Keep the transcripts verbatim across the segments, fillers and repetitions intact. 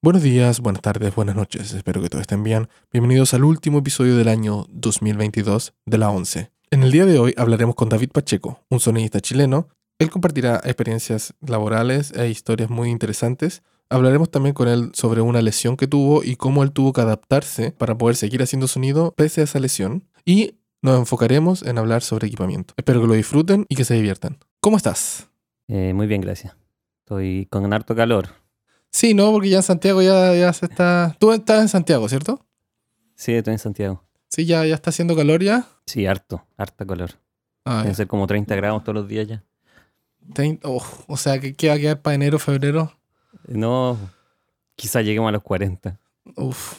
Buenos días, buenas tardes, buenas noches. Espero que todos estén bien. Bienvenidos al último episodio del año dos mil veintidós de la ONCE. En el día de hoy hablaremos con David Pacheco, un sonidista chileno. Él compartirá experiencias laborales e historias muy interesantes. Hablaremos también con él sobre una lesión que tuvo y cómo él tuvo que adaptarse para poder seguir haciendo sonido pese a esa lesión. Y nos enfocaremos en hablar sobre equipamiento. Espero que lo disfruten y que se diviertan. ¿Cómo estás? Eh, muy bien, gracias. Estoy con harto calor. Sí, no, porque ya en Santiago ya, ya se está... Tú estás en Santiago, ¿cierto? Sí, estoy en Santiago. Sí, ya, ya está haciendo calor ya. Sí, harto, harta calor. Ah, Deben ya. ser como treinta grados todos los días ya. Tein- oh, o sea, que ¿qué va a quedar para enero, febrero? No, quizá lleguemos a los cuarenta. Uf.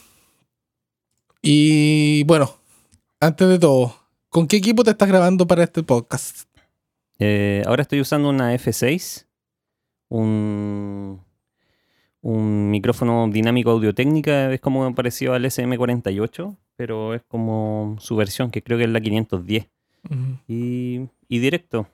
Y bueno, antes de todo, ¿con qué equipo te estás grabando para este podcast? Eh, ahora estoy usando una F seis, un, un micrófono dinámico Audio-Técnica, es como parecido al S M cuarenta y ocho, pero es como su versión, que creo que es la quinientos diez. Ujú. Y, y directo,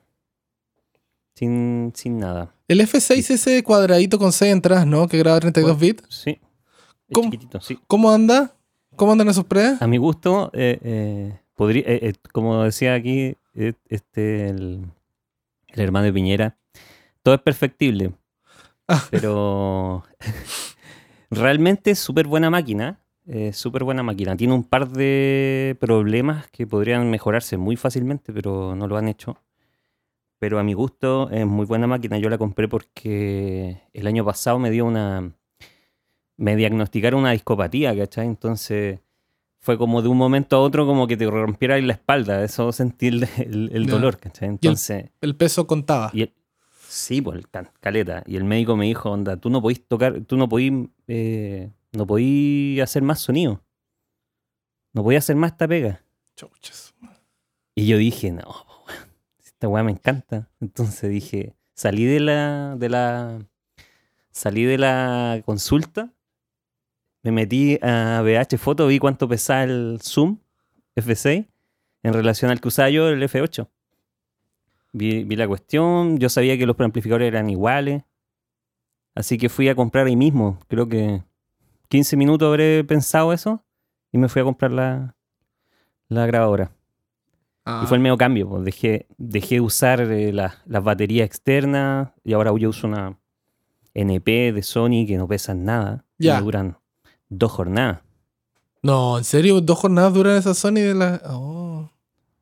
sin, sin nada. El F seis, ese cuadradito con seis entradas, ¿no? Que graba treinta y dos bits. Sí, es ¿Cómo, chiquitito, sí. ¿Cómo anda? ¿Cómo andan esos pre's? A mi gusto, eh, eh, podría, eh, eh, como decía aquí eh, este, el, el hermano de Piñera, todo es perfectible, Ah, pero realmente es súper buena máquina, eh, súper buena máquina. Tiene un par de problemas que podrían mejorarse muy fácilmente, pero no lo han hecho. Pero a mi gusto es muy buena máquina. Yo la compré porque el año pasado me dio una... me diagnosticaron una discopatía, ¿cachai? Entonces... fue como de un momento a otro como que te rompiera ahí la espalda, eso sentí el, el- el ya. dolor, ¿cachai? Y el, Entonces, el peso contaba. y el- sí, pues, el can- caleta. Y el médico me dijo, onda, tú no podís tocar, tú no podís, eh, no podís hacer más sonido, no podís hacer más esta pega. Chuchas. Y yo dije, no, po, weón, esta weá me encanta. Entonces dije, salí de la, de la, salí de la consulta, me metí a V H Foto, vi cuánto pesaba el Zoom F seis en relación al que usaba yo, el F ocho. Vi, vi la cuestión, yo sabía que los preamplificadores eran iguales, así que fui a comprar ahí mismo. Creo que quince minutos habré pensado eso y me fui a comprar la, la grabadora. Y fue Ah, el medio cambio, pues dejé, dejé de usar eh, la- las baterías externas y ahora yo uso una N P de Sony que no pesan nada y me ya. duran dos jornadas. No, ¿en serio? ¿Dos jornadas duran esa Sony de la...? Oh.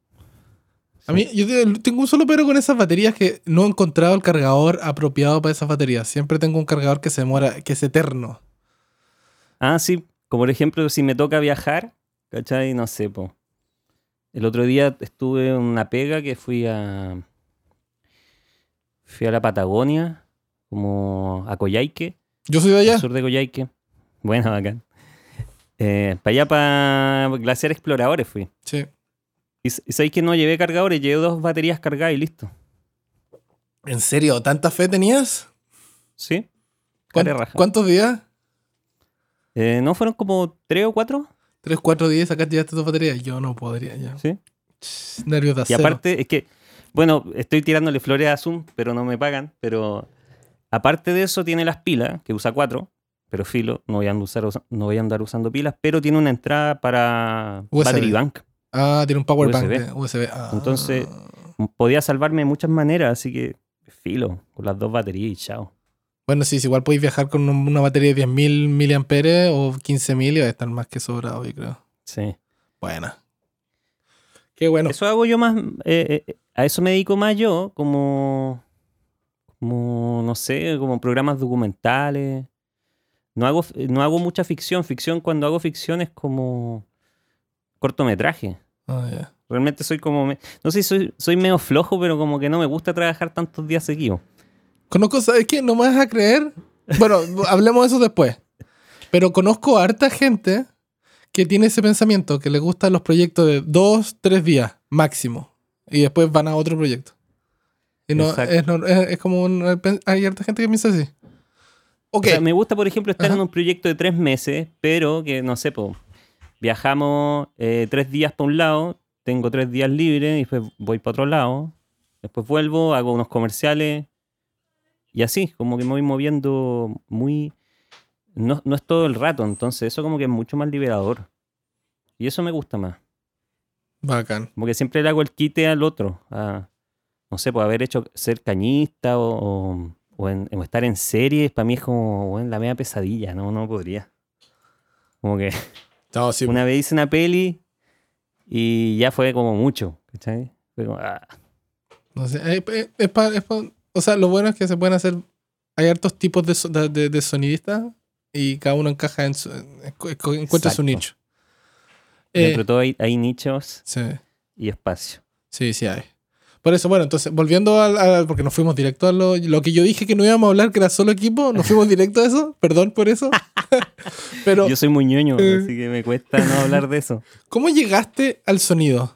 A Sí. mí, yo te- tengo un solo pero con esas baterías que no he encontrado el cargador apropiado para esas baterías. Siempre tengo un cargador que se demora, que es eterno. Ah, sí, como por ejemplo si me toca viajar, ¿cachai? No sé, po. El otro día estuve en una pega que fui a. Fui a la Patagonia, como a Coyhaique, Yo soy de al allá. sur de Coyhaique. Bueno, bacán. Eh, para allá, para Glaciar Exploradores fui. Sí. Y, s- y sabéis que no llevé cargadores, llevé dos baterías cargadas y listo. ¿En serio? ¿Tanta fe tenías? ¿Sí? Care ¿Cuán- raja. ¿Cuántos días? Eh, ¿No fueron como tres o cuatro? ¿Tres, cuatro días acá llevaste dos baterías? Yo no podría ya. Sí. Ch, nervios de Y acero. aparte, es que, bueno, estoy tirándole flores a Zoom, pero no me pagan. Pero aparte de eso, tiene las pilas, que usa cuatro. Pero filo, no voy a andar, usa- no voy a andar usando pilas, pero tiene una entrada para U S B. battery bank. Ah, tiene un power bank U S B. de U S B. Ah. Entonces, podía salvarme de muchas maneras, así que filo, con las dos baterías y chao. Bueno, sí, sí, igual podéis viajar con un- una batería de diez mil miliamperes o quince mil y va a estar más que sobrado, yo creo. Sí. Buena. Qué bueno. Eso hago yo más, eh, eh, a eso me dedico más yo, como, como, no sé, como programas documentales. No hago, no hago mucha ficción. Ficción, cuando hago ficción es como cortometraje. Ah, ya. Realmente soy como, me- no sé si soy, soy medio flojo, pero como que no me gusta trabajar tantos días seguidos. Conozco, ¿sabes qué? No me vas a creer. Bueno, hablemos de eso después. Pero conozco a harta gente que tiene ese pensamiento, que le gustan los proyectos de dos, tres días máximo. Y después van a otro proyecto. Y no, Exacto. es, no- es- es como un- hay harta gente que piensa así. Ok. O sea, me gusta, por ejemplo, estar Ajá. en un proyecto de tres meses, pero que, no sé, po, viajamos eh, tres días para un lado, tengo tres días libres, y después voy para otro lado, después vuelvo, hago unos comerciales, y así, como que me voy moviendo muy, no, no es todo el rato, entonces eso como que es mucho más liberador. Y eso me gusta más. Bacán. Como que siempre le hago el quite al otro. A, no sé, pues haber hecho ser cañista o, o, o en- o estar en series, para mí es como, bueno, la media pesadilla, no, no podría. Como que No, sí, una po. vez hice una peli y ya fue como mucho, ¿cachai? Fue como, ah, No sé, es, es- es pa- es pa- o sea, lo bueno es que se pueden hacer. Hay hartos tipos de, so- de, de- de sonidistas y cada uno encaja en su. en- en- encuentra su exacto. nicho. Dentro Eh, de todo hay, hay nichos sí, y espacio. sí, sí hay. Por eso, bueno, entonces, volviendo al, al- porque nos fuimos directo a lo, lo que yo dije que no íbamos a hablar, que era solo equipo, nos fuimos directo a eso, perdón por eso. Pero, Yo soy muy ñoño, eh, así que me cuesta no hablar de eso. ¿cómo llegaste al sonido?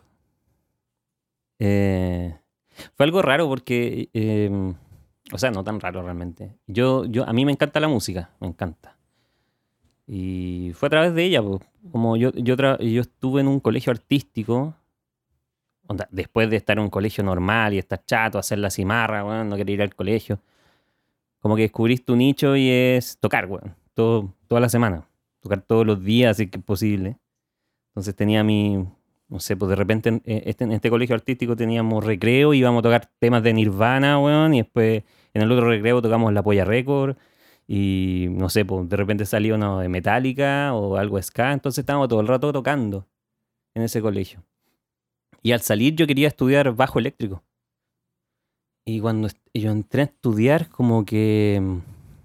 Eh, fue algo raro porque, eh, o sea, no tan raro realmente. Yo, yo, a mí me encanta la música, me encanta. Y fue a través de ella, po. Como yo, yo, tra- yo estuve en un colegio artístico, onda, después de estar en un colegio normal y estar chato, hacer la cimarra, weón, no querer ir al colegio. Como que descubrís tu nicho y es tocar, weón, todo, toda la semana. Tocar todos los días, si es que es posible. Entonces tenía mi, no sé, pues de repente en eh, este, en este colegio artístico teníamos recreo y íbamos a tocar temas de Nirvana, weón, y después en el otro recreo tocamos La Polla Record y no sé, pues de repente salió uno de Metallica o algo de ska, entonces estábamos todo el rato tocando en ese colegio. Y al salir yo quería estudiar bajo eléctrico. Y cuando est- yo entré a estudiar como que mm,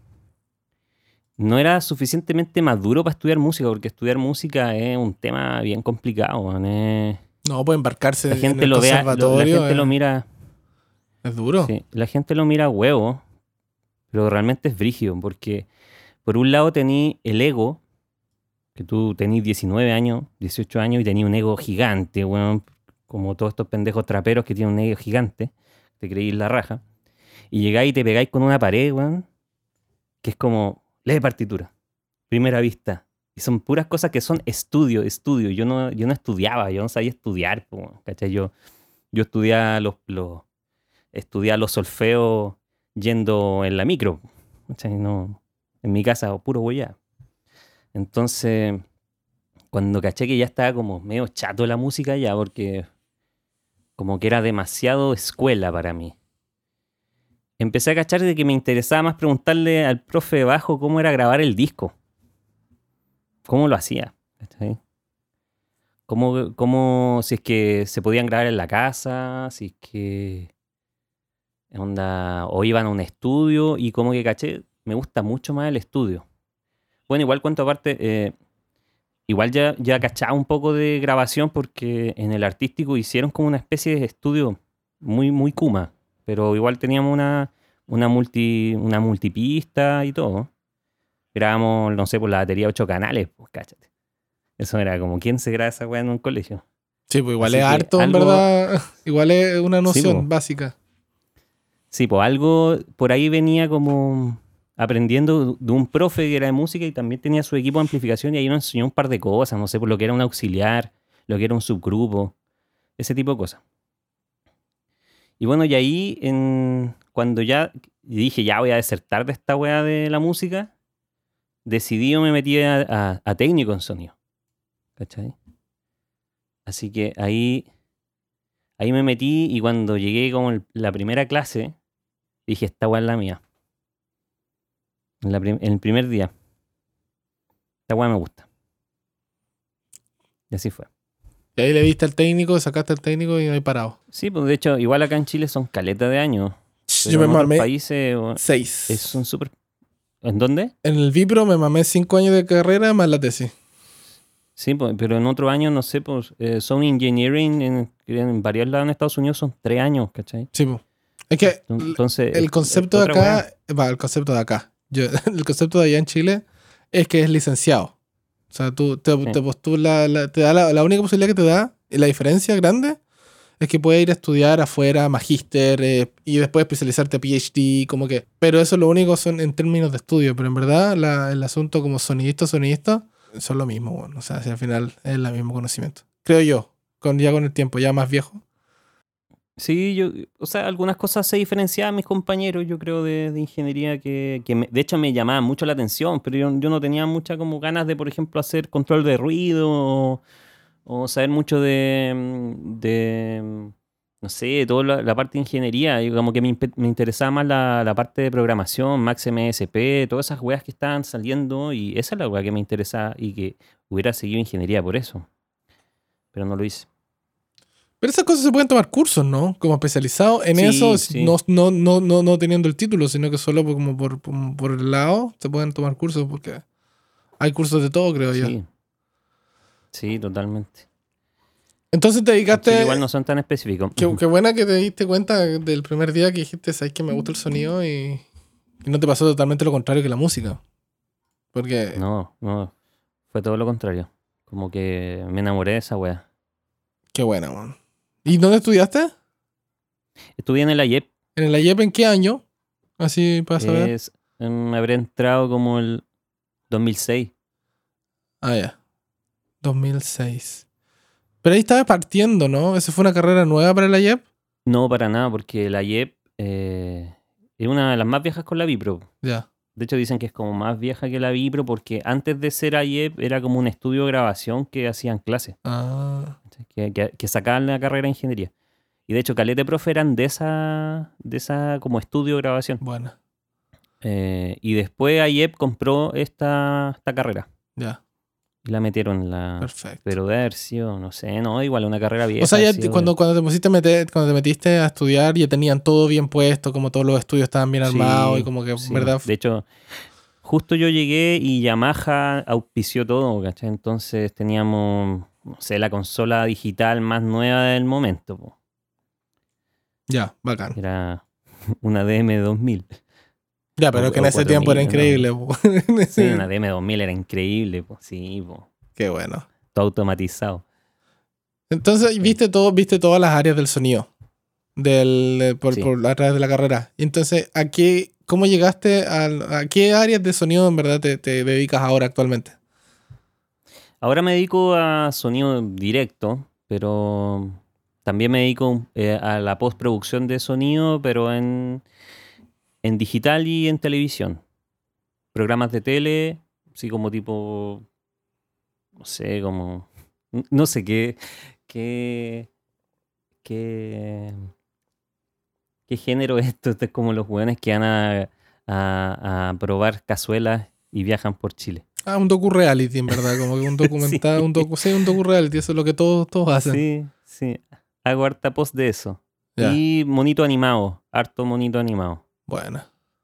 no era suficientemente maduro para estudiar música, porque estudiar música es un tema bien complicado, weón, es- No, puede embarcarse La en gente el lo vea, lo- la conservatorio, gente lo eh, mira, es duro. sí, la gente lo mira a huevo, pero realmente es brígido, porque por un lado tení el ego, que tú tenís diecinueve años, dieciocho años y tenís un ego gigante, weón, como todos estos pendejos traperos que tienen un ego gigante, te creís la raja, y llegáis y te pegáis con una pared, weón, que es como, lee partitura, primera vista. Y son puras cosas que son estudio, estudio. Yo no, yo no estudiaba, yo no sabía estudiar, po, weón, ¿cachai? Yo, yo estudiaba los, los, estudiaba los solfeos yendo en la micro, ¿cachai? No, en mi casa, puro huella. Entonces, cuando caché que ya estaba como medio chato la música ya, porque como que era demasiado escuela para mí. Empecé a cachar de que me interesaba más preguntarle al profe de bajo cómo era grabar el disco. Cómo lo hacía. ¿Cachai? Cómo, cómo, si es que se podían grabar en la casa, si es que onda, o iban a un estudio, y como que caché, me gusta mucho más el estudio. Bueno, igual cuento aparte, eh, igual ya, ya cachaba un poco de grabación porque en el artístico hicieron como una especie de estudio muy, muy Kuma, pero igual teníamos una, una, multi, una multipista y todo. Grabamos, no sé, por la batería ocho canales, pues cáchate. Eso era como, ¿quién se graba esa weá en un colegio? Sí, pues igual Así es que harto, en algo, verdad. Igual es una sí, noción pues, básica. sí, pues algo por ahí venía como aprendiendo de un profe que era de música y también tenía su equipo de amplificación y ahí nos enseñó un par de cosas, no sé, por lo que era un auxiliar, lo que era un subgrupo, ese tipo de cosas. Y bueno, y ahí en, cuando ya dije, ya voy a desertar de esta weá de la música, decidí o me metí a, a- a técnico en sonido, ¿cachai? Así que ahí, ahí me metí y cuando llegué como el- la primera clase, dije, esta weá es la mía. En, la prim- en el primer día. Esta weá me gusta. Y así fue. Y ahí le diste al técnico, sacaste al técnico y no hay parado. Sí, pues de hecho, igual acá en Chile son caletas de años. Yo Pero me en otros mamé países weón, es, seis. son súper... ¿En dónde? En el Vipro me mamé cinco años de carrera más la tesis. Sí, pues, pero en otros años, no sé, pues eh, Sound Engineering en, en varios lados en Estados Unidos son tres años, ¿cachai? Sí, pues. Es que Entonces, el es- concepto es de otra weá. acá, va, el concepto de acá. Yo, el concepto de allá en Chile es que es licenciado. O sea, tú te, Sí. te postulas, la, te da la, la única posibilidad que te da, y la diferencia grande, es que puedes ir a estudiar afuera, magíster, eh, y después especializarte PhD, como que. Pero eso lo único son en términos de estudio, pero en verdad la- el asunto como sonidista, sonidista, son lo mismo, bueno. O sea, si al final es el mismo conocimiento. Creo yo, con, ya con el tiempo, ya más viejo. Sí, yo, o sea, algunas cosas se diferenciaban mis compañeros, yo creo, de, de ingeniería que, que me- de hecho me llamaban mucho la atención, pero yo, yo no tenía muchas como ganas de, por ejemplo, hacer control de ruido o, o saber mucho de, mm, de, mm, no sé, toda la, la parte de ingeniería. Y como que me, impe- me interesaba más la, la parte de programación, Max M S P, todas esas weas que estaban saliendo y esa es la wea que me interesaba y que hubiera seguido ingeniería por eso, pero no lo hice. Pero esas cosas se pueden tomar cursos, ¿no? Como especializado en eso, Sí, si- sí, no, no, no, no, no teniendo el título, sino que solo por- como por, por, por el lado se pueden tomar cursos, porque hay cursos de todo, creo yo. sí, sí, totalmente. Entonces te En Chile igual dedicaste, no son tan específicos. qué, qué buena que te diste cuenta del primer día que dijiste, sabes que me gusta el sonido y, y no te pasó totalmente lo contrario que la música. Porque, No, no, fue todo lo contrario. Como que me enamoré de esa wea. qué buena, man. ¿Y dónde estudiaste? Estudié en el I E P, ¿En el I E P en qué año? Así para saber. es, em, habré entrado como el dos mil seis. Ah, ya, dos mil seis. Pero ahí estaba partiendo, ¿no? ¿Esa fue una carrera nueva para el I E P? No, para nada, porque la I E P eh, es una de las más viejas con la Vipro. Ya. De hecho, dicen que es como más vieja que la Vipro porque antes de ser I E P era como un estudio de grabación que hacían clases, Ah, ¿cachai? que, que, que sacaban la carrera de ingeniería. Y de hecho, caleta de profe eran de esa, de esa como estudio de grabación. bueno, Eh, y después I E P compró esta, esta carrera ya, y la metieron en la... perfecto. Pero de haber sido, no sé, no, igual una carrera O vieja, sea, haber ya te- sido de- cuando, cuando te pusiste a meter, cuando te metiste a estudiar, ya tenían todo bien puesto, como todos los estudios estaban bien armados y Sí, como que, sí. ¿verdad? De hecho, justo yo llegué y Yamaha auspició todo, ¿cachai? Entonces teníamos, no sé, la consola digital más nueva del momento, po. Ya, bacán. Era una D M dos mil Ya, o, pero que en o ese tiempo era cuatro mil, no. increíble, po. Sí, una D M dos mil era increíble, po. Sí, po. Qué bueno. Todo automatizado. Entonces, ¿Cachai? viste todo, viste todas las áreas del sonido del, eh, por, Sí. por a través de la carrera. Y entonces, ¿a qué, cómo llegaste al- a, qué áreas de sonido en verdad te, te dedicas ahora actualmente? Ahora me dedico a sonido directo, pero también me dedico eh, a la postproducción de sonido, pero en, en digital y en televisión. Programas de tele, así como tipo, no sé, como, no sé qué, qué, qué, qué género es esto. Esto es como los hueones que van a, a, a probar cazuelas y viajan por Chile. Ah, un docu-reality, en verdad, como que un Sí, documental, un docu, sí, un docu-reality, eso es lo que todos, todos hacen. sí, sí. Hago harta post de eso. Ya, Y monito animado, harto monito animado. bueno.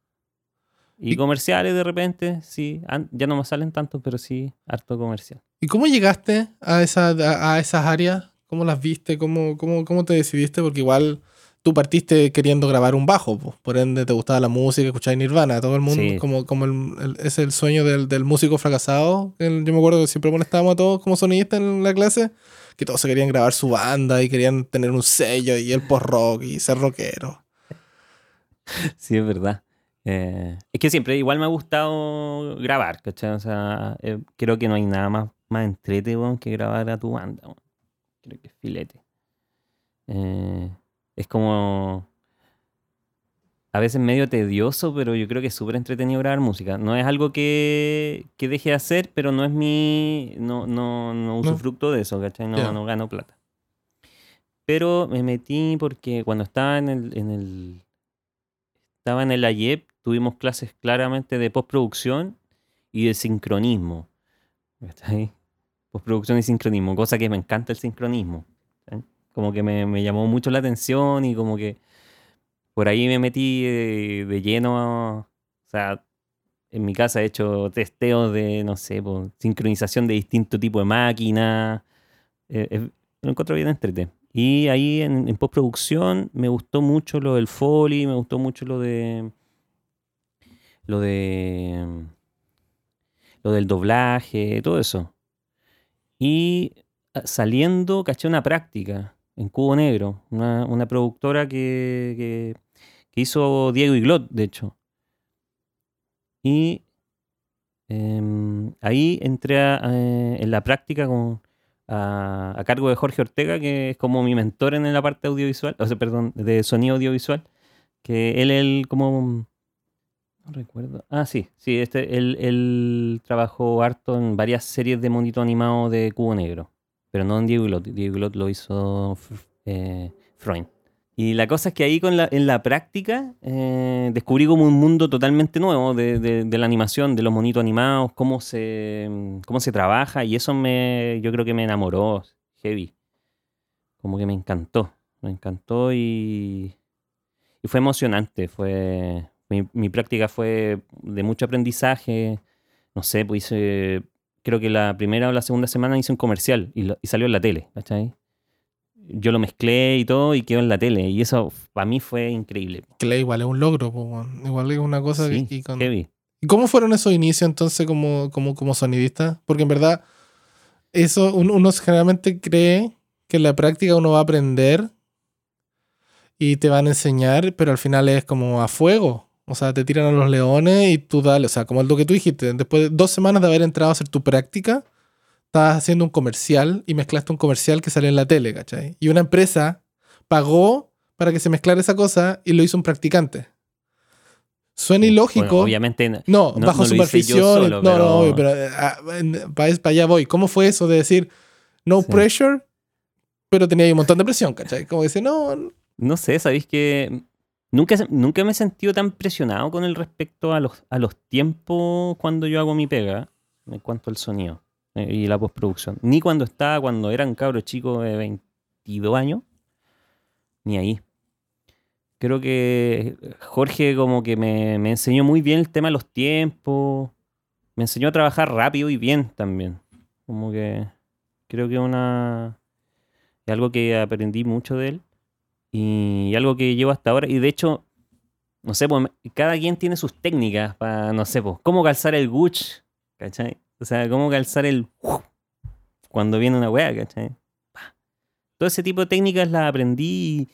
Y ¿Y, comerciales de repente, sí. An- Ya no me salen tantos, pero sí, harto comercial. y cómo llegaste a, esa, a, a esas áreas? ¿Cómo las viste? ¿Cómo, cómo, cómo te decidiste? Porque igual tú partiste queriendo grabar un bajo, po. Por ende te gustaba la música, escuchar Nirvana, todo el mundo, Sí, como, como el, el- es el sueño del, del músico fracasado. El- yo me acuerdo que siempre molestábamos a todos como sonidistas en la clase, que todos se querían grabar su banda y querían tener un sello y el post-rock y ser rockero. sí, es verdad. Eh, es que siempre igual me ha gustado grabar, ¿cachai? O sea, eh, creo que no hay nada más, más entrete, weón, que grabar a tu banda, weón. Creo que es filete. Eh, es como a veces medio tedioso, pero yo creo que es súper entretenido grabar música. No es algo que, que deje de hacer, pero no es mi... No, no, no ¿No? usufructo de eso, ¿cachai? No, Ya. no gano plata. Pero me metí porque cuando estaba en el, en el, estaba en el I E P, tuvimos clases claramente de postproducción y de sincronismo. ¿Cachai? Postproducción y sincronismo, cosa que me encanta el sincronismo. ¿Cachai? Como que me, me llamó mucho la atención y como que por ahí me metí de, de lleno. O sea, en mi casa he hecho testeos de, no sé, po, sincronización de distintos tipos de máquinas. Eh, eh, lo encuentro bien entrete. Y ahí en, en postproducción me gustó mucho lo del Foley, me gustó mucho lo de lo de lo del doblaje, todo eso. Y ah, saliendo, caché una práctica en Cubo Negro, una, una productora que, que, que hizo Diego Iglot, de hecho. Y em, ahí entré a- eh, en la práctica con, a, a cargo de Jorge Ortega, que es como mi mentor en la parte audiovisual, o sea, perdón, de sonido audiovisual, que él, él como... No recuerdo. Ah, sí, sí, este, él, él trabajó harto en varias series de monito animado de Cubo Negro, pero no en Diego Glot. Diego Glot lo hizo eh, Freund. Y la cosa es que ahí con la, en la práctica eh, descubrí como un mundo totalmente nuevo de, de, de la animación, de los monitos animados, cómo se, cómo se trabaja, y eso me, yo creo que me enamoró heavy. Como que me encantó, me encantó y, y fue emocionante, fue... Mi, mi práctica fue de mucho aprendizaje. No sé, pues hice, creo que la primera o la segunda semana hice un comercial y, lo- y salió en la tele, ¿cachai? Yo lo mezclé y todo y quedó en la tele. Y eso para mí fue increíble. Que le igual es un logro, po, weón. Igual es una cosa que- Sí, y con... heavy. ¿Y cómo fueron esos inicios entonces como, como, como sonidista? Porque en verdad, eso un- uno generalmente cree que en la práctica uno va a aprender y te van a enseñar, pero al final es como a fuego. O sea, te tiran a los leones y tú dale. O sea, como lo que tú dijiste, después de dos semanas de haber entrado a hacer tu práctica, estabas haciendo un comercial y mezclaste un comercial que salió en la tele, ¿cachai? Y una empresa pagó para que se mezclara esa cosa y lo hizo un practicante. Suena Sí. Bueno, ilógico. obviamente no, No, no- bajo no lo hice yo supervisión. y- solo, no, no, obvio, pero pero para allá voy. ¿Cómo fue eso de decir no sí. pressure, pero tenía ahí un montón de presión, ¿cachai? Como dice, no, no. No sé, sabéis que nunca, se- nunca me he sentido tan presionado con el respecto a los, a los tiempos cuando yo hago mi pega, en cuanto al sonido eh, y la postproducción. Ni cuando estaba, cuando era un cabro chico de veintidós años, ni ahí. Creo que Jorge como que me, me enseñó muy bien el tema de los tiempos, me enseñó a trabajar rápido y bien también. Como que creo que una, es algo que aprendí mucho de él y algo que llevo hasta ahora. Y de hecho, no sé, pues cada quien tiene sus técnicas para, no sé, pues, cómo calzar el guch, ¿cachai? O sea, cómo calzar el cuando viene una weá, ¿cachai? Todo ese tipo de técnicas las aprendí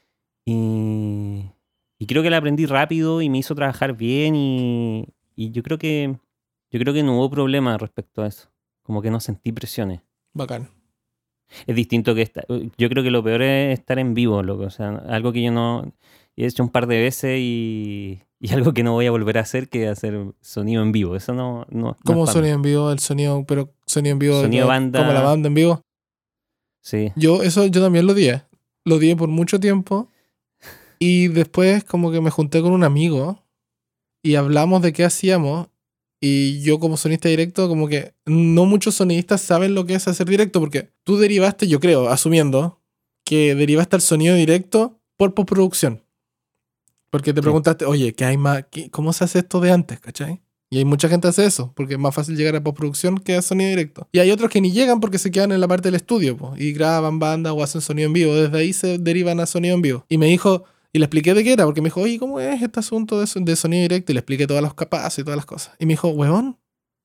y, y creo que las aprendí rápido y me hizo trabajar bien y, y yo creo que yo creo que no hubo problema respecto a eso. Como que no sentí presiones. Bacán. Es distinto que esta, yo creo que lo peor es estar en vivo, loco. O sea, algo que yo no he hecho un par de veces y, y algo que no voy a volver a hacer, que hacer sonido en vivo. Eso no, no, no es ¿Cómo para mí. sonido en vivo? El sonido, pero sonido en vivo Sonido de- banda. como la banda en vivo. Sí. Yo, eso yo también lo di. eh. Lo di por mucho tiempo. Y después como que me junté con un amigo y hablamos de qué hacíamos. Y yo como sonista directo, como que no muchos sonidistas saben lo que es hacer directo, porque tú derivaste, yo creo, asumiendo, que derivaste el sonido directo por postproducción. Porque te Sí. preguntaste, oye, ¿qué hay más? ¿Qué- ¿Cómo se hace esto de antes? ¿Cachai? Y hay mucha gente que hace eso, porque es más fácil llegar a postproducción que a sonido directo. Y hay otros que ni llegan porque se quedan en la parte del estudio, po, y graban bandas o hacen sonido en vivo. Desde ahí se derivan a sonido en vivo. Y me dijo, y le expliqué de qué era, porque me dijo, oye, ¿cómo es este asunto de, so- de sonido directo? Y le expliqué todas las capas y todas las cosas. Y me dijo, weón,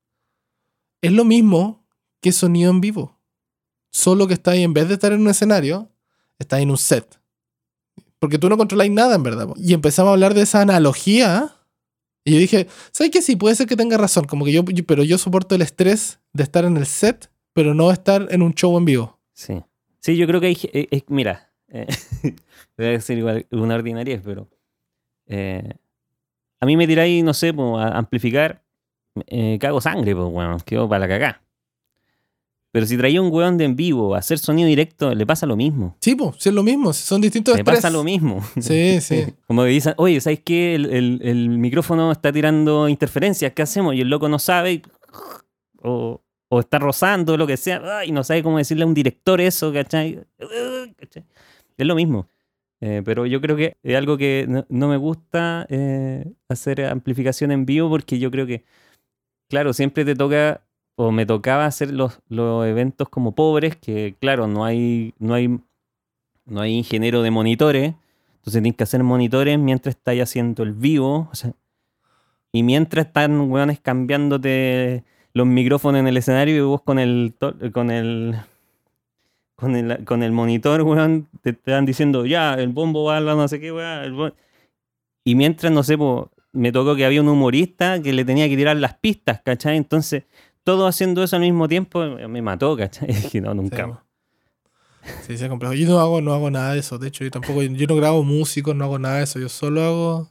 es lo mismo que sonido en vivo. Solo que está ahí, en vez de estar en un escenario, está en un set. Porque tú no controláis nada, en verdad, po. Y empezamos a hablar de esa analogía. Y yo dije, ¿sabes qué? Sí, puede ser que tenga razón. Como que yo, yo- pero yo soporto el estrés de estar en el set, pero no estar en un show en vivo. Sí. Sí, yo creo que hay. eh, eh, mira, eh, voy a decir igual una ordinariez, pero. eh, a mí me tiráis, no sé, po, a amplificar. Eh, cago sangre, pues, weón. Quedo para la cagá. Pero si traía un weón de en vivo a hacer sonido directo, le pasa lo mismo. Sí, pues, sí es lo mismo. Son distintos Le estrés. pasa lo mismo. Sí, sí. Como que dicen, oye, ¿sabes qué? El, el- el micrófono está tirando interferencias, ¿qué hacemos? Y el loco no sabe, y- o, o está rozando, lo que sea, ah, y no sabe cómo decirle a un director eso, ¿cachai? ¿Cachai? Es lo mismo. Eh, pero yo creo que es algo que no, no me gusta eh, hacer amplificación en vivo porque yo creo que, claro, siempre te toca, o me tocaba hacer los, los eventos como pobres, que claro, no hay, no hay, no hay ingeniero de monitores. Entonces tienes que hacer monitores mientras estás haciendo el vivo. O sea, y mientras están weones cambiándote los micrófonos en el escenario y vos con el to- con el con el, con el monitor, weón, te, te van diciendo, ya, el bombo va a la no sé qué, weón. el bom-". Y mientras, no sé, po, me tocó que había un humorista que le tenía que tirar las pistas, ¿cachai? Entonces todo haciendo eso al mismo tiempo me mató, ¿cachai? Y dije, no, nunca Sí. más. Sí, sí, es complejo. Yo no hago, no hago nada de eso. De hecho, yo tampoco, yo no grabo músicos, no hago nada de eso. Yo solo hago,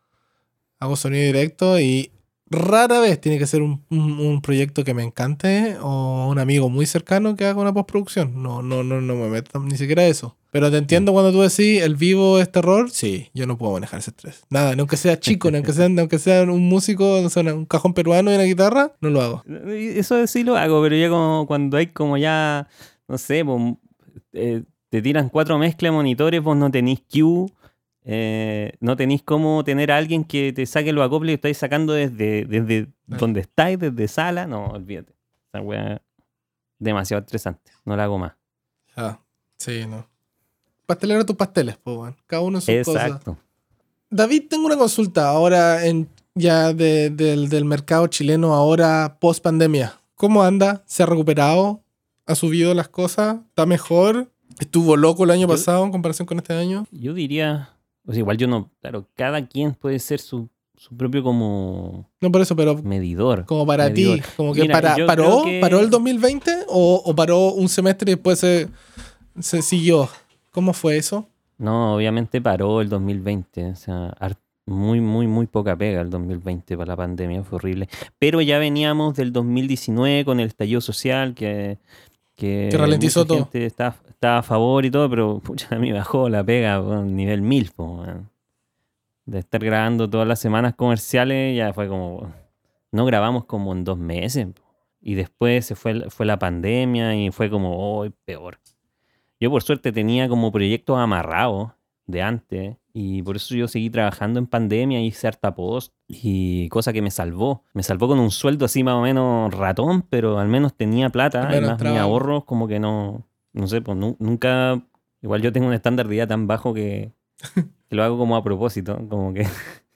hago sonido directo y rara vez tiene que ser un, un- un proyecto que me encante o un amigo muy cercano que haga una postproducción. No, no, no, no me meto ni siquiera eso. Pero te entiendo cuando tú decís el vivo es terror. Sí, yo no puedo manejar ese estrés. Nada, ni aunque sea chico, ni aunque sea, ni aunque sea un músico, o sea, un cajón peruano y una guitarra, no lo hago. Y Eso sí lo hago, pero ya como cuando hay como ya, no sé, pues, eh, te tiran cuatro mezclas de monitores, vos no tenés Q, eh, no tenéis cómo tener a alguien que te saque los acoples que estáis sacando desde, desde Claro. donde estáis, desde sala. No, olvídate. Esa weá demasiado estresante. No la hago más. Ah, sí, no. Pastelero tus pasteles, pues, weón. Cada uno en sus cosas. Exacto. David, tengo una consulta ahora en ya de- del, del mercado chileno ahora post pandemia. ¿Cómo anda? ¿Se ha recuperado? ¿Ha subido las cosas? ¿Está mejor? ¿Estuvo loco el año Yo- pasado en comparación con este año? Yo diría, o sea, igual yo no, claro, cada quien puede ser su, su propio como No por eso, pero medidor. como para medidor. ti, como que Mira, para, yo paró, creo que- paró el dos mil veinte o, o paró un semestre y después se, se siguió. ¿Cómo fue eso? No, obviamente paró el dos mil veinte, o sea, har- muy, muy, muy poca pega el dos mil veinte para la pandemia, fue horrible. Pero ya veníamos del dos mil diecinueve con el estallido social, que, que Que ralentizó mucha todo. gente estaba, estaba a favor y todo, pero pucha, a mí bajó la pega a un nivel mil, po, weón. De estar grabando todas las semanas comerciales, ya fue como, no grabamos como en dos meses, po. Y después se fue, fue la pandemia y fue como, oh, peor. Yo por suerte tenía como proyectos amarrados de antes y por eso yo seguí trabajando en pandemia, hice harta post y cosa que me salvó. Me salvó con un sueldo así más o menos ratón, pero al menos tenía plata Al y menos más mis entraba algo. ahorros como que no, no sé, pues nu- nunca, igual yo tengo un estándar de vida tan bajo que, que lo hago como a propósito, como que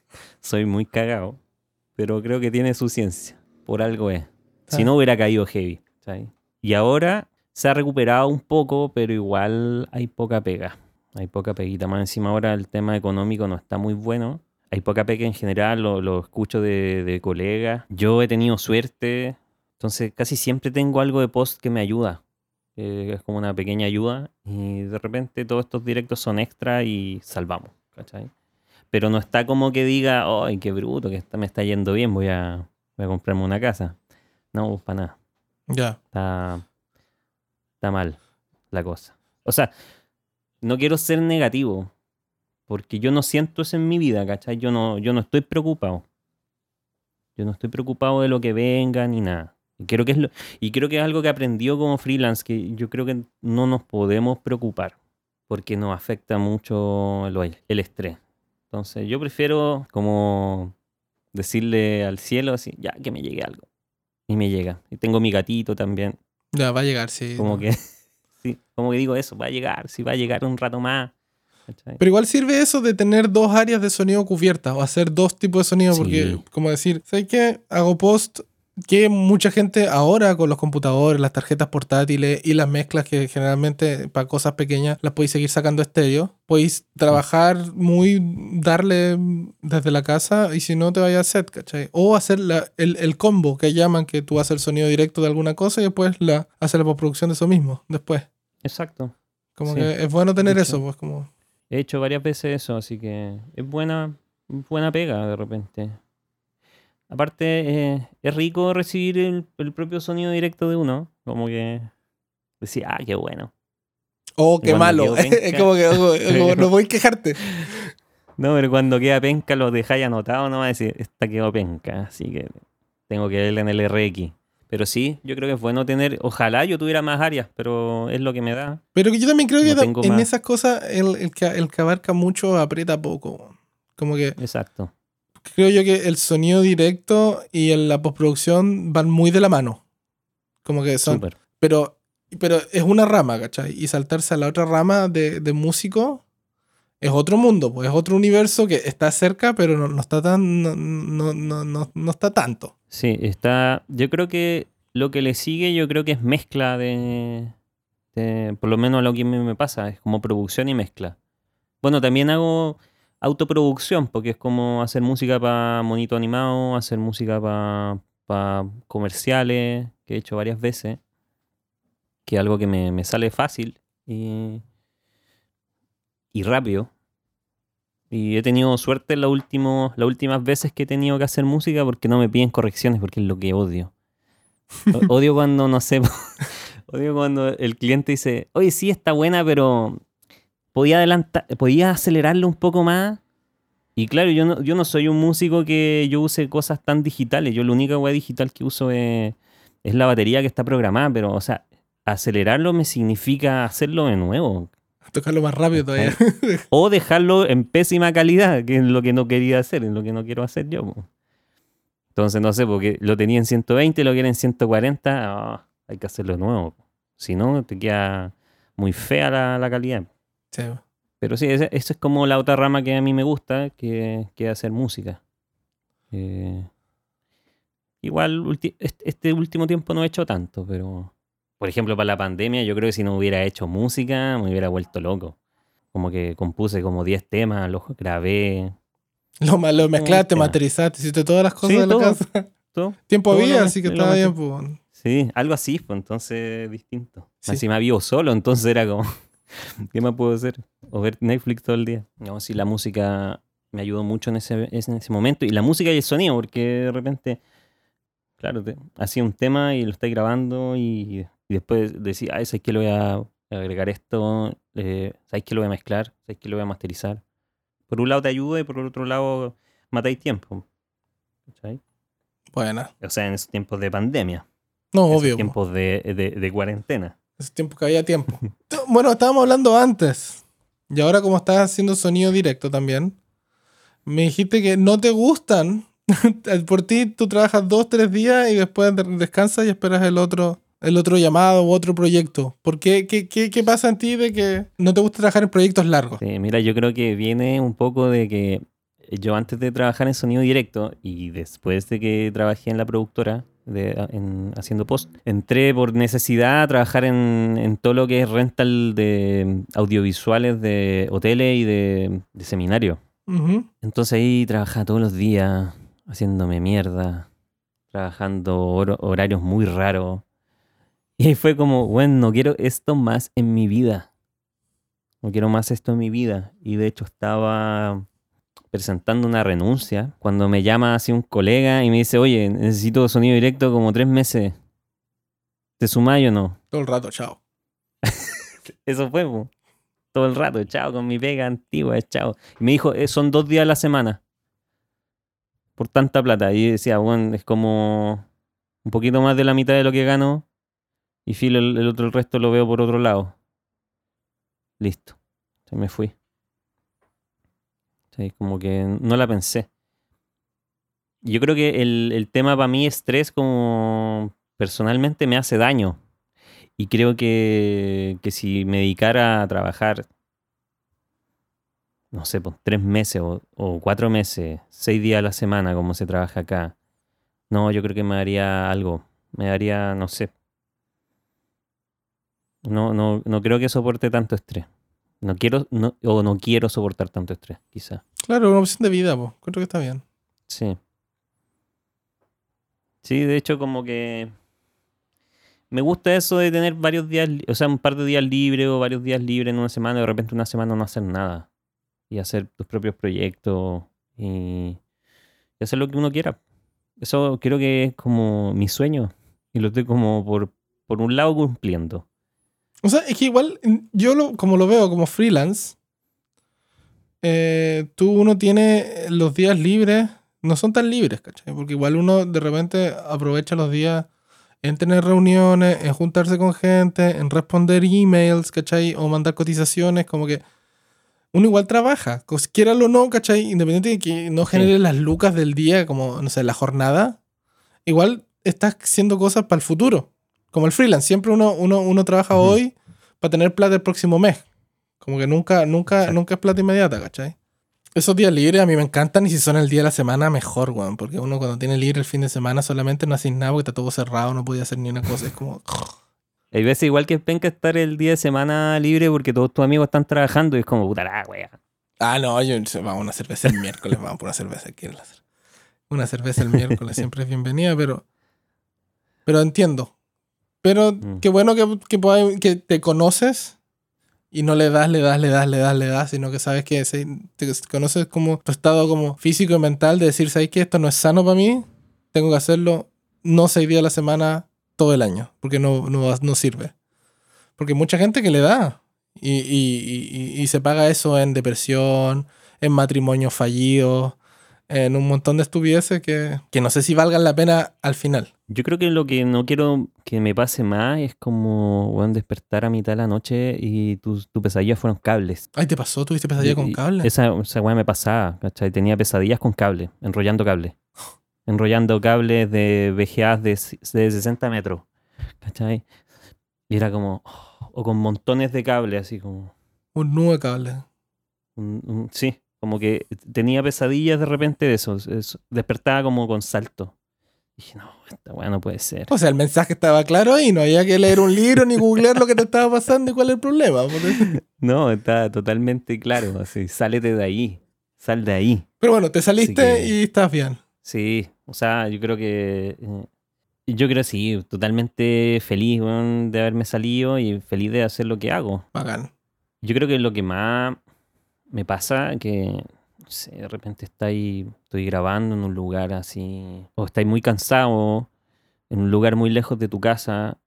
soy muy cagado, pero creo que tiene su ciencia, por algo es. Si Ah. no hubiera caído heavy, ¿sabes? Y ahora se ha recuperado un poco, pero igual hay poca pega. Hay poca peguita. Más encima ahora el tema económico no está muy bueno. Hay poca pega en general, lo, lo escucho de, de colegas. Yo he tenido suerte, entonces casi siempre tengo algo de post que me ayuda. Eh, es como una pequeña ayuda y de repente todos estos directos son extra y salvamos, ¿cachai? Pero no está como que diga, ¡ay, qué bruto, que está- me está yendo bien, voy a, voy a comprarme una casa! No, para nada. Ya. Está, está mal la cosa. O sea, no quiero ser negativo, porque yo no siento eso en mi vida, ¿cachai? Yo no, yo no estoy preocupado. Yo no estoy preocupado de lo que venga ni nada. Y creo que es lo- y creo que es algo que aprendió como freelance, que yo creo que no nos podemos preocupar, porque nos afecta mucho lo- el estrés. Entonces yo prefiero como decirle al cielo así, ya que me llegue algo. Y me llega. Y tengo mi gatito también. Ya, va a llegar, sí. Como ¿no? que, sí, como que digo eso, va a llegar, sí, va a llegar un rato más. ¿Cachai? Pero igual sirve eso de tener dos áreas de sonido cubiertas o hacer dos tipos de sonido, Sí. porque, como decir, ¿sabes qué? Hago post que mucha gente ahora con los computadores, las tarjetas portátiles y las mezclas que generalmente para cosas pequeñas las podéis seguir sacando estéreo. Podéis trabajar muy, darle desde la casa y si no te vayas a set, ¿cachai? O hacer la- el, el combo que llaman, que tú haces el sonido directo de alguna cosa y después la, haces la postproducción de eso mismo, después. Exacto. Como Sí. que es bueno tener De eso, hecho. pues como... He hecho varias veces eso, así que es buena, buena pega de repente. Aparte, eh, es rico recibir el, el propio sonido directo de uno. Como que decir, ah, qué bueno. Oh, Y qué cuando malo. quedó Es penca- como que como- como no voy a quejarte. No, pero cuando queda penca lo dejáis anotado, no va a decir, esta quedó penca, así que tengo que verla en el R X. Pero sí, yo creo que es bueno tener, ojalá yo tuviera más áreas, pero es lo que me da. Pero que yo también creo que No da- tengo en más. esas cosas el, el, que, el que abarca mucho aprieta poco. Como que Exacto. creo yo que el sonido directo y el- la postproducción van muy de la mano. Como que son... Súper. Pero, pero es una rama, ¿cachai? Y saltarse a la otra rama de, de músico es otro mundo, pues es otro universo que está cerca, pero no, no está tan... No, no, no, no, no está tanto. Sí, está. Yo creo que lo que le sigue, yo creo que es mezcla de. de- por lo menos lo que a mí me pasa, es como producción y mezcla. Bueno, también hago autoproducción, porque es como hacer música para monito animado, hacer música para para comerciales, que he hecho varias veces, que es algo que me, me sale fácil y, y rápido. Y he tenido suerte en la último, las últimas veces que he tenido que hacer música porque no me piden correcciones, porque es lo que odio. O- Odio cuando, no sé, odio cuando el cliente dice, oye, sí, está buena, pero podía adelantar, podía acelerarlo un poco más. Y claro, yo no, yo no soy un músico que yo use cosas tan digitales. Yo la única web digital que uso es, es la batería que está programada, pero, o sea, acelerarlo me significa hacerlo de nuevo. Tocarlo más rápido todavía. ¿Cachai? O dejarlo en pésima calidad, que es lo que no quería hacer, es lo que no quiero hacer yo. Po. Entonces, no sé, porque lo tenía en ciento veinte, lo quiero en ciento cuarenta, ah, hay que hacerlo de nuevo. Po. Si no, te queda muy fea la, la calidad. Sí. Pero sí, esa es como la otra rama que a mí me gusta, que, que es hacer música. Eh, igual, ulti- este, este último tiempo no he hecho tanto, pero... Por ejemplo, para la pandemia, yo creo que si no hubiera hecho música, me hubiera vuelto loco. Como que compuse como diez temas, los grabé. Lo, ma- lo Como mezclaste, diez temas. materializaste, hiciste todas las cosas Sí, de la todo, casa. todo. Tiempo todo había, lo así que mezclé, lo estaba mezclé. bien, pues. Sí, algo así, pues entonces distinto. Sí. Más encima vivo solo, entonces era como, ¿qué más puedo hacer? O ver Netflix todo el día. No, sí, la música me ayudó mucho en ese, en ese momento. Y la música y el sonido, porque de repente, claro, te, hacía un tema y lo estáis grabando y, y después decía, ay, ¿sabes qué? Le voy a agregar esto, eh, ¿sabes qué? Lo voy a mezclar, ¿sabes qué? Lo voy a masterizar. Por un lado te ayuda y por el otro lado matáis tiempo. ¿Cachai? Buena. O sea, en esos tiempos de pandemia. No, Esos obvio. po. tiempos de, de, de cuarentena. Ese tiempo que había tiempo. Bueno, estábamos hablando antes. Y ahora como estás haciendo sonido directo también, me dijiste que no te gustan. Por ti tú trabajas dos, tres días y después de- descansas y esperas el otro, el otro llamado u otro proyecto. ¿Por qué? ¿Qué, qué, qué pasa en ti de que no te gusta trabajar en proyectos largos? Sí, mira, yo creo que viene un poco de que yo antes de trabajar en sonido directo y después de que trabajé en la productora de, en, haciendo post, entré por necesidad a trabajar en, en todo lo que es rental de audiovisuales de hoteles y de, de seminarios. Ujú. Entonces ahí trabajaba todos los días haciéndome mierda, trabajando hor- horarios muy raros. Y ahí fue como, bueno, no quiero esto más en mi vida. No quiero más esto en mi vida. Y de hecho estaba presentando una renuncia cuando me llama así un colega y me dice, oye, necesito sonido directo como tres meses. ¿Te sumáis o no? Todo el rato, chao. Eso fue, po. Todo el rato, chao, con mi pega antigua, chao. Y me dijo, "Eh, son dos días a la semana. Por tanta plata". Y decía, bueno, es como un poquito más de la mitad de lo que gano. Y filo, el, el otro, el resto lo veo por otro lado. Listo. Se me fui. Sí, como que no la pensé. Yo creo que el, el tema para mí, estrés, como personalmente me hace daño. Y creo que, que si me dedicara a trabajar, no sé, pues tres meses o, o cuatro meses, seis días a la semana, como se trabaja acá, no, yo creo que me daría algo. Me daría, no sé. No, no, no creo que soporte tanto estrés. No quiero, no, o no quiero soportar tanto estrés, quizá. Claro, una opción de vida, pues. Creo que está bien. Sí. Sí, de hecho, como que me gusta eso de tener varios días, li- o sea, un par de días libres o varios días libres en una semana, y de repente una semana no hacer nada. Y hacer tus propios proyectos y, y hacer lo que uno quiera. Eso creo que es como mi sueño. Y lo estoy como por, por un lado cumpliendo. O sea, es que igual mm, yo lo, como lo veo como freelance, eh, tú uno tiene los días libres, no son tan libres, ¿cachai? Porque igual uno de repente aprovecha los días en tener reuniones, en juntarse con gente, en responder emails, ¿cachai? O mandar cotizaciones, como que uno igual trabaja, cos- quiéralo o no, ¿cachai? Independiente de que no genere Sí. las lucas del día, como, no sé, la jornada, igual estás haciendo cosas para el futuro. Como el freelance, siempre uno, uno, uno trabaja Ujú. hoy para tener plata el próximo mes. Como que nunca, nunca, Exacto. nunca es plata inmediata, ¿cachai? Esos días libres a mí me encantan y si son el día de la semana, mejor, weón. Porque uno cuando tiene libre el fin de semana solamente no hace nada porque está todo cerrado, no podía hacer ni una cosa. Es como... Hay veces igual que es penca estar el día de semana libre porque todos tus amigos están trabajando y es como, puta la wea. Ah, no, yo, vamos a una cerveza el miércoles, vamos por una cerveza. ¿Quieren hacer? Una cerveza el miércoles siempre es bienvenida, pero Pero entiendo. Pero Mm. qué bueno que, que, podáis- que te conoces y no le das, le das, le das, le das, le das, sino que sabes que se- te conoces como tu estado como físico y mental de decir, ¿sabes qué? Esto no es sano para mí, tengo que hacerlo no seis días a la semana, todo el año, porque no, no, va- no sirve. Porque hay mucha gente que le da y, y, y, y- y se paga eso en depresión, en matrimonios fallidos, en un montón de estupideces que, que no sé si valgan la pena al final. Yo creo que lo que no quiero que me pase más es como, weón, despertar a mitad de la noche y tu, tu pesadilla fueron cables. Ay, ¿te pasó? ¿Tuviste Yo- pesadilla con y cable? esa esa weá me pasaba, ¿cachai? Tenía pesadillas con cable, enrollando cable. Enrollando cables de V G A de, s- de sesenta metros, ¿cachai? Y era como, oh, o con montones de cables, así como, Un nudo de cable. un- un- sí, como que tenía pesadillas de repente de eso. es- despertaba como con salto. Dije, no, esta weá no puede ser. O sea, el mensaje estaba claro y no había que leer un libro ni googlear lo que te estaba pasando y cuál es el problema. No, está totalmente claro, así, sálete de ahí, sal de ahí. Pero bueno, te Así saliste que, y estás bien. sí, o sea, yo creo que, eh, yo creo sí, totalmente feliz, weón, de haberme salido y feliz de hacer lo que hago. Bacán. Yo creo que lo que más me pasa que, no sé, de repente estáis, estoy grabando en un lugar así, o estáis muy cansado, en un lugar muy lejos de tu casa,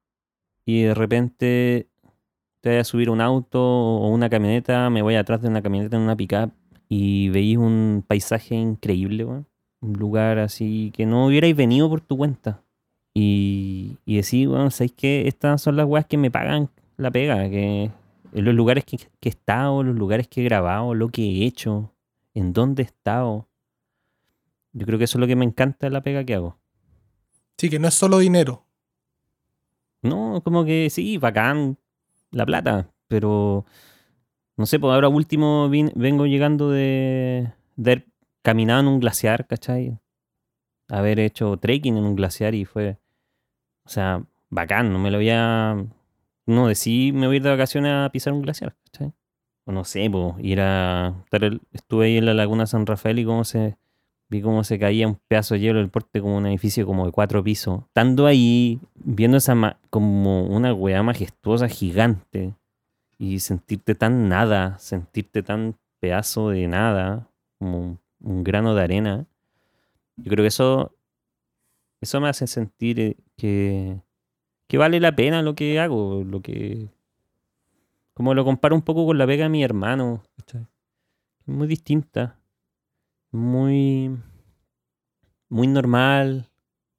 y de repente te vas a subir a un auto o una camioneta, me voy atrás de una camioneta en una pickup y veis un paisaje increíble, weón. Un lugar así que no hubierais venido por tu cuenta. Y, y decir, bueno, ¿sabéis qué? Estas son las weas que me pagan la pega, que en los lugares que, que he estado, los lugares que he grabado, lo que he hecho, en dónde he estado. Yo creo que eso es lo que me encanta de la pega que hago. Sí, que no es solo dinero. No, como que sí, bacán la plata, pero no sé, pues ahora último vin- vengo llegando de, de haber caminado en un glaciar, ¿cachai? Haber hecho trekking en un glaciar y fue, o sea, bacán, no me lo había, no decí me voy a ir de vacaciones a pisar un glaciar, ¿cachai? O no sé, pues ir a, estar el- estuve ahí en la laguna San Rafael y cómo se, vi cómo se caía un pedazo de hielo del porte como un edificio como de cuatro pisos. Estando ahí, viendo esa, ma- como una weá majestuosa, gigante, y sentirte tan nada, sentirte tan pedazo de nada, como un, un grano de arena, yo creo que eso, eso me hace sentir eh, que, que vale la pena lo que hago, lo que, como lo comparo un poco con la pega de mi hermano, ¿cachai? Es muy distinta, muy, muy normal,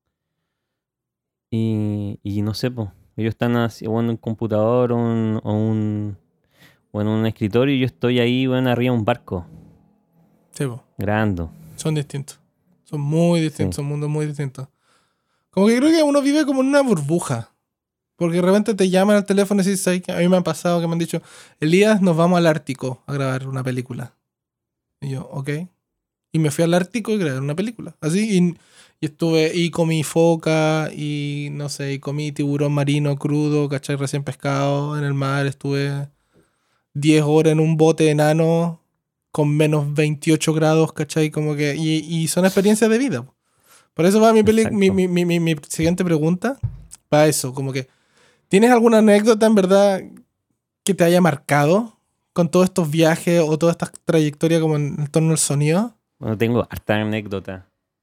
y, y no sé, pues, ellos están así, o en un computador o, un, o, un, o en un escritorio y yo estoy ahí, bueno, arriba de un barco, Sí, po. grabando. Son distintos. Son muy distintos, Sí. son mundos muy distintos. Como que creo que uno vive como en una burbuja. Porque de repente te llaman al teléfono y dices, "Ay, que a mí me han pasado que me han dicho, Elías, nos vamos al Ártico a grabar una película. Y yo, ok. Y me fui al Ártico y grabé una película. Así, y, y estuve, y comí foca, y no sé, y comí tiburón marino crudo, ¿cachai? Recién pescado en el mar. Estuve diez horas en un bote enano con menos veintiocho grados, ¿cachai? Como que, y, y son experiencias de vida. Por eso va mi, peli- mi, Exacto. mi, mi, mi, mi siguiente pregunta. Para eso, como que, ¿tienes alguna anécdota en verdad que te haya marcado con todos estos viajes o toda esta trayectoria como en, en torno al sonido? Bueno, tengo harta anécdota.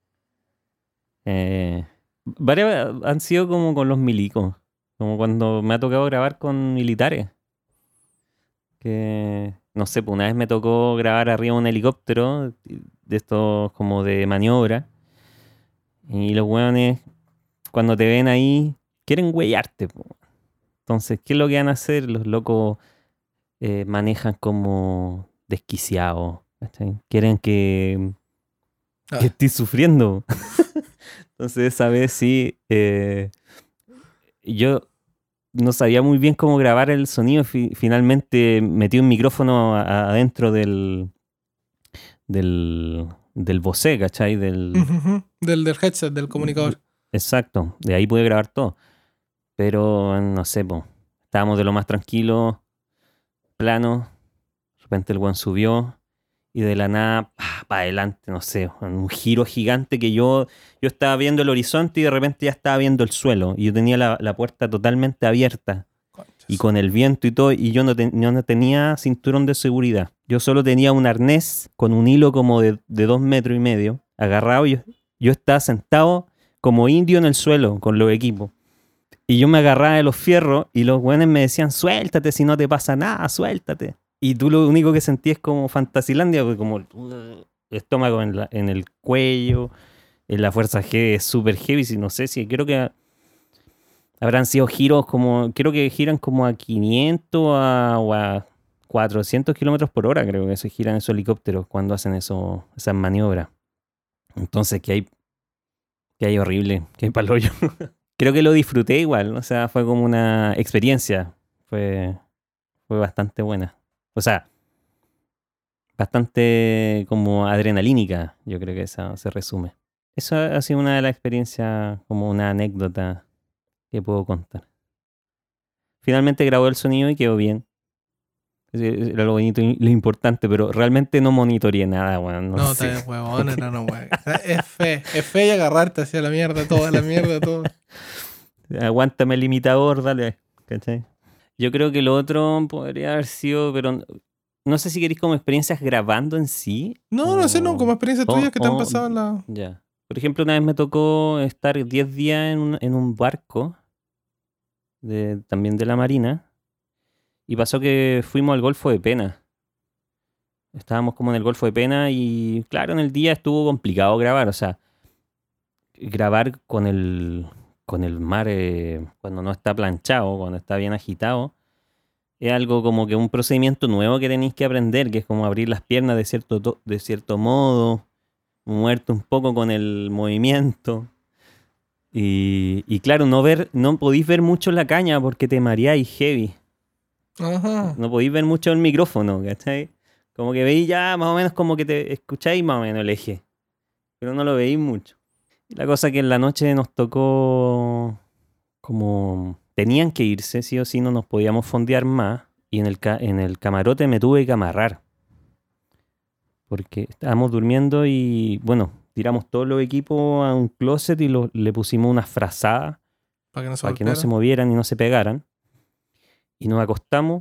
Eh, varias han sido como con los milicos. Como cuando me ha tocado grabar con militares. Que, no sé, pues una vez me tocó grabar arriba de un helicóptero de estos como de maniobra. Y los hueones, cuando te ven ahí, quieren huellarte, po. Entonces, ¿qué es lo que van a hacer? Los locos eh, manejan como desquiciados. ¿Cachai? Quieren que, Ah, que estés sufriendo. Entonces, esa vez sí, eh, yo no sabía muy bien cómo grabar el sonido. Fi- finalmente metí un micrófono a- adentro del, del, del Bose, ¿cachai? Del, ujú, ujú, del, del headset, del comunicador. exacto, de ahí pude grabar todo. Pero no sé, po, estábamos de lo más tranquilo, plano. De repente el weón subió y de la nada, para adelante, no sé, un giro gigante que yo, yo estaba viendo el horizonte y de repente ya estaba viendo el suelo. Y yo tenía la, la puerta totalmente abierta. Y con el viento y todo, y yo no, te, yo no tenía cinturón de seguridad. Yo solo tenía un arnés con un hilo como de, de dos metros y medio, agarrado. Yo, yo estaba sentado como indio en el suelo con los equipos. Y yo me agarraba de los fierros y los güeyes me decían, suéltate si no te pasa nada, suéltate. Y tú lo único que sentías como Fantasilandia, como el estómago en, la, en el cuello, en la fuerza G es súper heavy, si no sé si creo que habrán sido giros como, creo que giran como a quinientos a, o a cuatrocientos kilómetros por hora, creo que se giran esos helicópteros cuando hacen eso, esas maniobras. Entonces, que hay, que hay horrible, que hay pa'l hoyo. Creo que lo disfruté igual, o sea, fue como una experiencia, fue, fue bastante buena. O sea, bastante como adrenalínica, yo creo que esa se resume. Eso ha sido una de las experiencias, como una anécdota que puedo contar. Finalmente grabó el sonido y quedó bien. Era lo bonito y lo importante, pero realmente no monitoreé nada, weón. No, está bien, huevón, no, no, weón. Es fe, es fe y agarrarte hacia la mierda, toda la mierda, todo. Aguántame el limitador, dale, ¿cachai? Yo creo que lo otro podría haber sido, pero no sé si queréis como experiencias grabando en sí. No, o... no sé, no, como experiencias tuyas o, que te han o... pasado en la... Ya. Por ejemplo, una vez me tocó estar diez días en un, en un barco, de, también de la Marina, y pasó que fuimos al Golfo de Pena. Estábamos como en el Golfo de Pena y claro, en el día estuvo complicado grabar, o sea, grabar con el... con el mar eh, cuando no está planchado, cuando está bien agitado, es algo como que un procedimiento nuevo que tenéis que aprender, que es como abrir las piernas de cierto, to- de cierto modo, muerte un poco con el movimiento. Y, y claro, no ver, no podéis ver mucho la caña porque te mareáis heavy. Ajá. No podéis ver mucho el micrófono, ¿cachai? Como que veis ya más o menos como que te escucháis más o menos el eje, pero no lo veis mucho. La cosa que en la noche nos tocó como... Tenían que irse, sí o sí, no nos podíamos fondear más. Y en el, ca- en el camarote me tuve que amarrar. Porque estábamos durmiendo y, bueno, tiramos todos los equipos a un closet y lo- le pusimos unas frazadas Para que no se para que no se golpearan. movieran y no se pegaran. Y nos acostamos.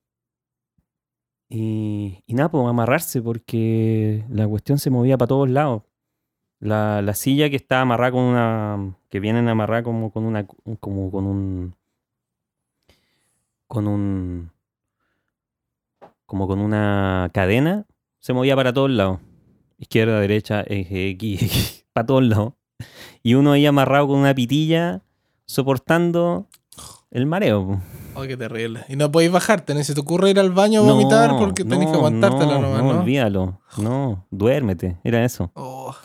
Y, y nada, pues amarrarse porque la cuestión se movía para todos lados. La, la silla que está amarrada con una... que vienen amarrada como con una... como con un... con un... como con una cadena, se movía para todos lados. Izquierda, derecha, eje, X, X, para todos lados. Y uno ahí amarrado con una pitilla, soportando el mareo. po. Ay, qué terrible. Y no podéis bajarte, ni se te ocurre ir al baño a No, vomitar porque tenés que no, aguantártela no, nomás, no, ¿no? olvídalo. No, duérmete, era eso. Oh,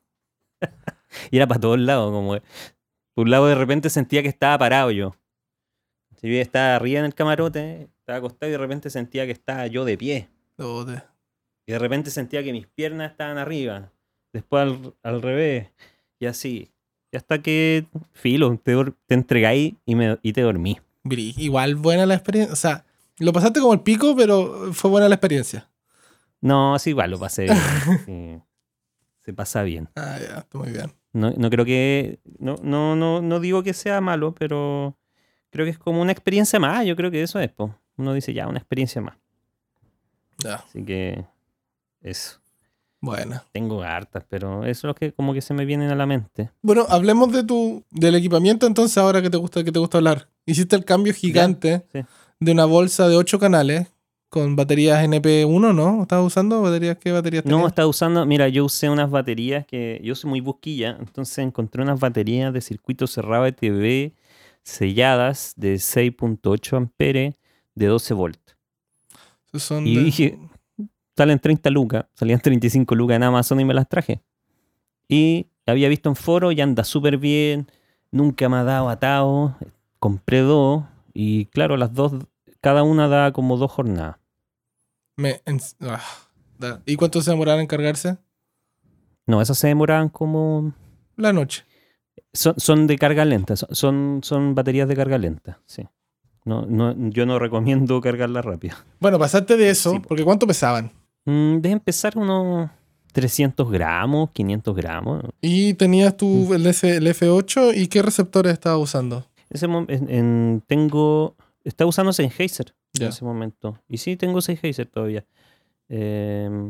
Y era para todos lados, como que por un lado de repente sentía que estaba parado yo. Si bien estaba arriba en el camarote, estaba acostado y de repente sentía que estaba yo de pie. oh, de- Y de repente sentía que mis piernas estaban arriba. Después al, al revés. Y así. Y hasta que, filo, te, dor- te entregáis y, me, y te dormí. Bri- Igual buena la experiencia. O sea, lo pasaste como el pico, pero fue buena la experiencia. No, así igual lo pasé bien. Sí. Se pasa bien. Ah, ya, está muy bien. No, no creo que... No, no, no, no digo que sea malo, pero creo que es como una experiencia más. Yo creo que eso es, po. Uno dice ya, una experiencia más. Ya, Así que... Eso. buena. Tengo hartas, pero eso es lo que como que se me vienen a la mente. Bueno, hablemos de tu, del equipamiento entonces ahora que te gusta, que te gusta hablar. Hiciste el cambio gigante sí. de una bolsa de ocho canales con baterías N P uno, ¿no? ¿Estabas usando baterías? ¿Qué baterías tenías? No, estaba usando, mira, yo usé unas baterías que, yo soy muy busquilla, entonces encontré unas baterías de circuito cerrado de T V selladas de seis punto ocho amperes de doce volts. Esos son Y de- dije, salen treinta lucas, salían treinta y cinco lucas en Amazon y me las traje. Y había visto en foro y anda súper bien, nunca me ha dado atado, compré dos y claro, las dos, cada una da como dos jornadas. me- en- ah, da. ¿Y cuánto se demoraron en cargarse? No, esas se demoraban como... La noche. Son, son de carga lenta, son, son, son baterías de carga lenta, sí. No, no, yo no recomiendo cargarlas rápido. Bueno, pasaste de eso, Sí, po. porque ¿cuánto pesaban? Mm, debe empezar unos trescientos gramos, quinientos gramos. Y tenías tú el, F, el F ocho, ¿y qué receptores estabas usando? Ese mom- en, en- tengo... Está usando Sennheiser Ya. en ese momento. Y sí, tengo Sennheiser todavía. Eh,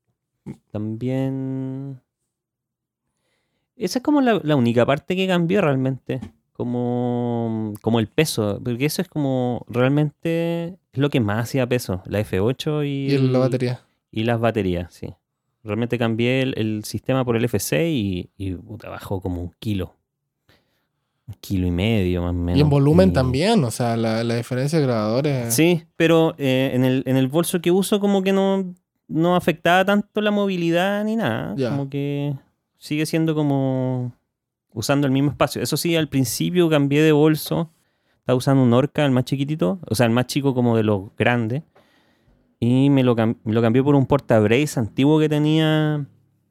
también... Esa es como la, la única parte que cambió realmente. Como, como el peso. Porque eso es como... Realmente es lo que más hacía peso. La F ocho y, Y el- la el- batería. y las baterías, sí. Realmente cambié el, el sistema por el F seis y, y puta, bajó como un kilo. Un kilo y medio más o menos. Y en volumen Y- también, o sea, la, la diferencia de grabadores. Sí, pero eh, en, el, en el bolso que uso como que no, no afectaba tanto la movilidad ni nada. Ya. Como que sigue siendo como usando el mismo espacio. Eso sí, al principio cambié de bolso. Estaba usando un Orca, el más chiquitito. O sea, el más chico como de los grandes. Y me lo, cam- me lo cambié por un portabrace antiguo que tenía,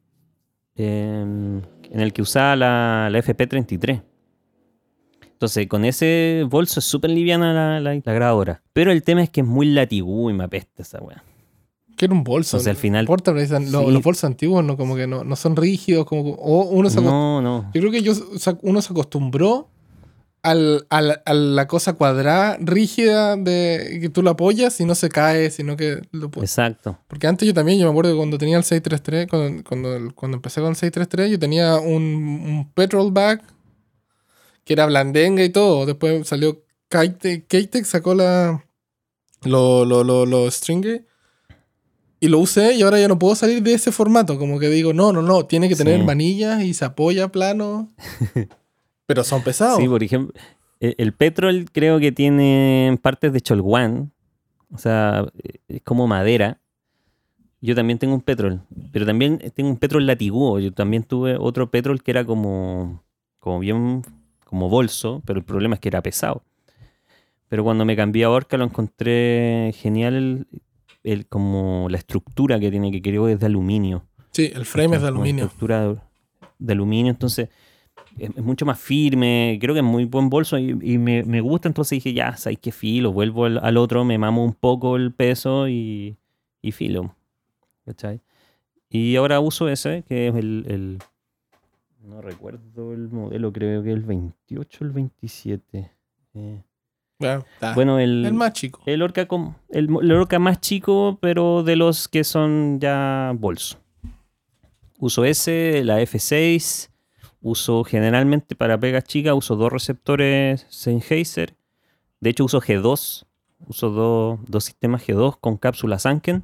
eh, en el que usaba la, la F P treinta y tres. Entonces, con ese bolso es súper liviana la, la, la grabadora. Pero el tema es que es muy latigú y me apesta esa weá. Que era un bolso. Entonces, al final- Portabrace, lo- sí. los bolsos antiguos no, como que no, no son rígidos. Como, o uno se acost- No, no. Yo creo que yo, se- uno se acostumbró al, al- a la cosa cuadrada, rígida, de que tú lo apoyas y no se cae, sino que lo pu- Exacto. Porque antes yo también, yo me acuerdo que cuando tenía el seiscientos treinta y tres, cuando, cuando, cuando empecé con el seiscientos treinta y tres, yo tenía un, un petrol bag que era blandenga y todo. Después salió K-Tech, K-Tech sacó la, lo, lo, lo, los stringers y lo usé, y ahora ya no puedo salir de ese formato. Como que digo, no, no, no, tiene que tener Sí. manillas y se apoya plano. Pero son pesados. Sí, por ejemplo, el, el Petrol creo que tiene partes de cholguán. O sea, es como madera. Yo también tengo un Petrol, pero también tengo un Petrol latiguo. Yo también tuve otro Petrol que era como, como bien, como bolso, pero el problema es que era pesado. Pero cuando me cambié a Orca lo encontré genial el, el- como la estructura que tiene, que creo que es de aluminio. Sí, el frame es de Como aluminio. estructura de, de aluminio, entonces es, es mucho más firme, creo que es muy buen bolso y, y me, me gusta, entonces dije, ya, ¿sabes qué filo? Vuelvo al, al otro, me mamo un poco el peso y, y filo. ¿Cachai? Y ahora uso ese, que es el, el- no recuerdo el modelo, creo que el veintiocho o el veintisiete. Eh, Bueno, está. bueno, el, el más chico. el Orca, com- el, el Orca más chico, pero de los que son ya bolso. Uso ese, la F seis. Uso generalmente para pegas chicas, uso dos receptores Sennheiser. De hecho, uso G dos. Uso do- dos sistemas G dos con cápsulas Anken.